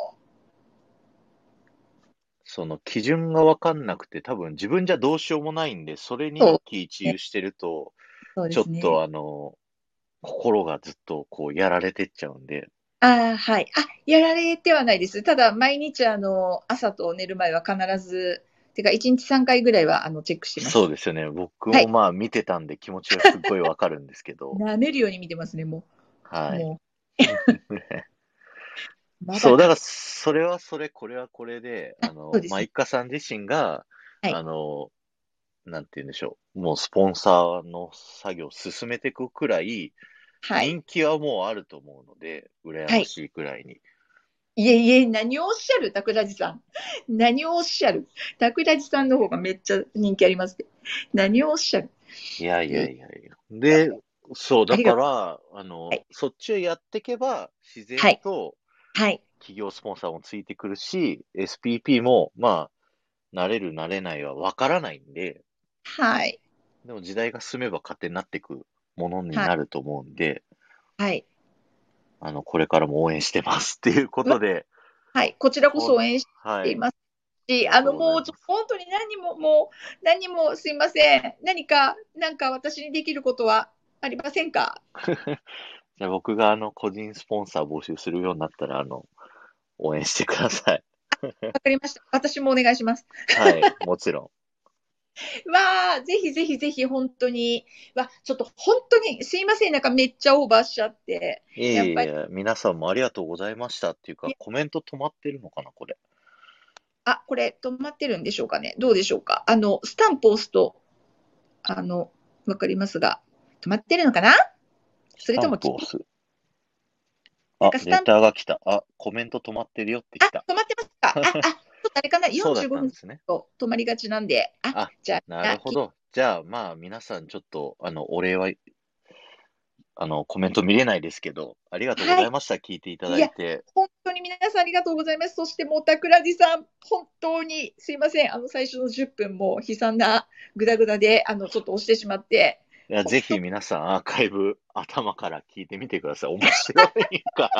Speaker 1: その基準がわかんなくて、多分自分じゃどうしようもないんで、それに
Speaker 2: そう
Speaker 1: 一喜一
Speaker 2: ね。
Speaker 1: 憂してると、
Speaker 2: そうで
Speaker 1: ちょっと
Speaker 2: すね。
Speaker 1: あの、心がずっとこうやられてっちゃうんで、
Speaker 2: ああ、はい。あ、やられてはないです。ただ、毎日、あの、朝と寝る前は必ずてか、いちにちさんかいぐらいは、あの、チェックしてます。
Speaker 1: そうですよね。僕
Speaker 2: はい。
Speaker 1: もまあ見てたんで気持ちはすっごいわかるんですけど。
Speaker 2: 舐めるように見てますね、もう。
Speaker 1: はい。
Speaker 2: もう、ま
Speaker 1: そう、だから
Speaker 2: だか。
Speaker 1: それはそれ、これはこれで、あの、まあ、
Speaker 2: そうですね。
Speaker 1: 一家さん自身が、
Speaker 2: はい。
Speaker 1: あの、なんて言うんでしょう。もうスポンサーの作業を進めていくくらい、
Speaker 2: はい。
Speaker 1: 人気はもうあると思うので、羨
Speaker 2: はい。
Speaker 1: ましいくらいに。
Speaker 2: いえいえ、何をおっしゃる、桜地さん。何をおっしゃる。桜地さんの方がめっちゃ人気ありますね。何をおっしゃる。
Speaker 1: いやい
Speaker 2: いえいえ、
Speaker 1: やいやいや。で、そう、だ
Speaker 2: ありがとう。
Speaker 1: から、あの、
Speaker 2: はい。
Speaker 1: そっちをやっていけば、自
Speaker 2: はい。
Speaker 1: 然と
Speaker 2: はい。
Speaker 1: 企業スポンサーもついてくるし、エスピーピー も、まあ、なれるなれないはわからないんで、
Speaker 2: はい。
Speaker 1: でも時代が進めば勝手になっていくものに
Speaker 2: はい。
Speaker 1: なると思うんで、
Speaker 2: はい。
Speaker 1: あの、これからも応援してますっていうこ
Speaker 2: ま、
Speaker 1: とで、
Speaker 2: はい。こちらこ
Speaker 1: ほん、
Speaker 2: そ応援し
Speaker 1: はい。
Speaker 2: ていますし、あの、
Speaker 1: ありがとうござ
Speaker 2: もう、ちょ
Speaker 1: います。
Speaker 2: 本当に何も、もう、何もすいません。何か、なんか私にできることはありませんか？
Speaker 1: じゃあ僕があの、個人スポンサー募集するようになったら、あの、応援してください。
Speaker 2: わかりました。私もお願いします。
Speaker 1: はい、もちろ
Speaker 2: わあ、ぜひぜひぜひ、本当に。わ、ちょっと本当にすいません。なんかめっちゃオーバーしちゃって。
Speaker 1: ん。いえ
Speaker 2: やっぱり、
Speaker 1: いえ、皆さんもありがとうございましたっていうか、
Speaker 2: いや、
Speaker 1: コメント止まってるのかな、これ。
Speaker 2: あ、これ止まってるんでしょうかね。どうでしょうか。あの、スタンプを押すと、あの、わかりますが、止まってるのかな？そ
Speaker 1: スタン
Speaker 2: れともき、
Speaker 1: プを押す。あ、レ
Speaker 2: なんかスタンプ、
Speaker 1: ターが来た。あ、コメント止まってるよって
Speaker 2: あ、
Speaker 1: 来た。
Speaker 2: 止まってますか？あ、あ、ちょっとあれかな？
Speaker 1: そうだっ
Speaker 2: よんじゅうご 分
Speaker 1: たんですね。
Speaker 2: と止まりがちなんで、あ、
Speaker 1: あ、
Speaker 2: じゃあ、き
Speaker 1: なるほど。じゃあ、まあ、皆さんちょっと、あの、お礼は、あの、コメント見れないですけど、ありがとうご
Speaker 2: はい。
Speaker 1: ざいました。聞いていた
Speaker 2: いや、
Speaker 1: だいて。
Speaker 2: 本当に皆さんありがとうございます。そしてもう、桜地さん、本当にすいません。あの、最初のじゅっぷんも悲惨なグダグダで、あの、ちょっと押してしまって、
Speaker 1: いや、ぜ
Speaker 2: 本当
Speaker 1: ひ皆さんアーカイブ頭から聞いてみてください。面白いから。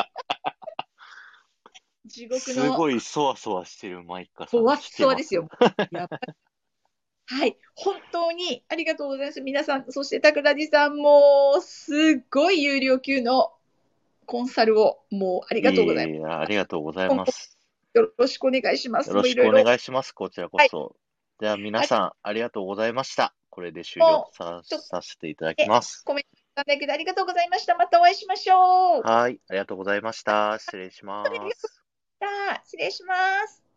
Speaker 2: 地獄の
Speaker 1: すごいそわそわしてるマイカさん
Speaker 2: そわっ
Speaker 1: 来てます。
Speaker 2: そわですよ。やっぱり。はい。本当にありがとうございます。皆さん、そして桜地さんも、すっごい有料級のコンサルを、もうあり
Speaker 1: い
Speaker 2: がとうございます。
Speaker 1: えいえ、ありがとうござい
Speaker 2: 今後
Speaker 1: ます。
Speaker 2: よろしくお願いします。
Speaker 1: よろしくお
Speaker 2: もういろいろ。
Speaker 1: 願いします。こちらこ
Speaker 2: はい。
Speaker 1: そ。では皆
Speaker 2: あ
Speaker 1: さん、ありがとうございました。これで終了
Speaker 2: もう、
Speaker 1: さ、
Speaker 2: ちょっと
Speaker 1: させていただき
Speaker 2: ね、
Speaker 1: ます。
Speaker 2: コメントいただけてありがとうございました。またお会いしましょう。
Speaker 1: はい、ありがとうございました。失礼し
Speaker 2: ありがとう
Speaker 1: ます。
Speaker 2: ございました。失礼します。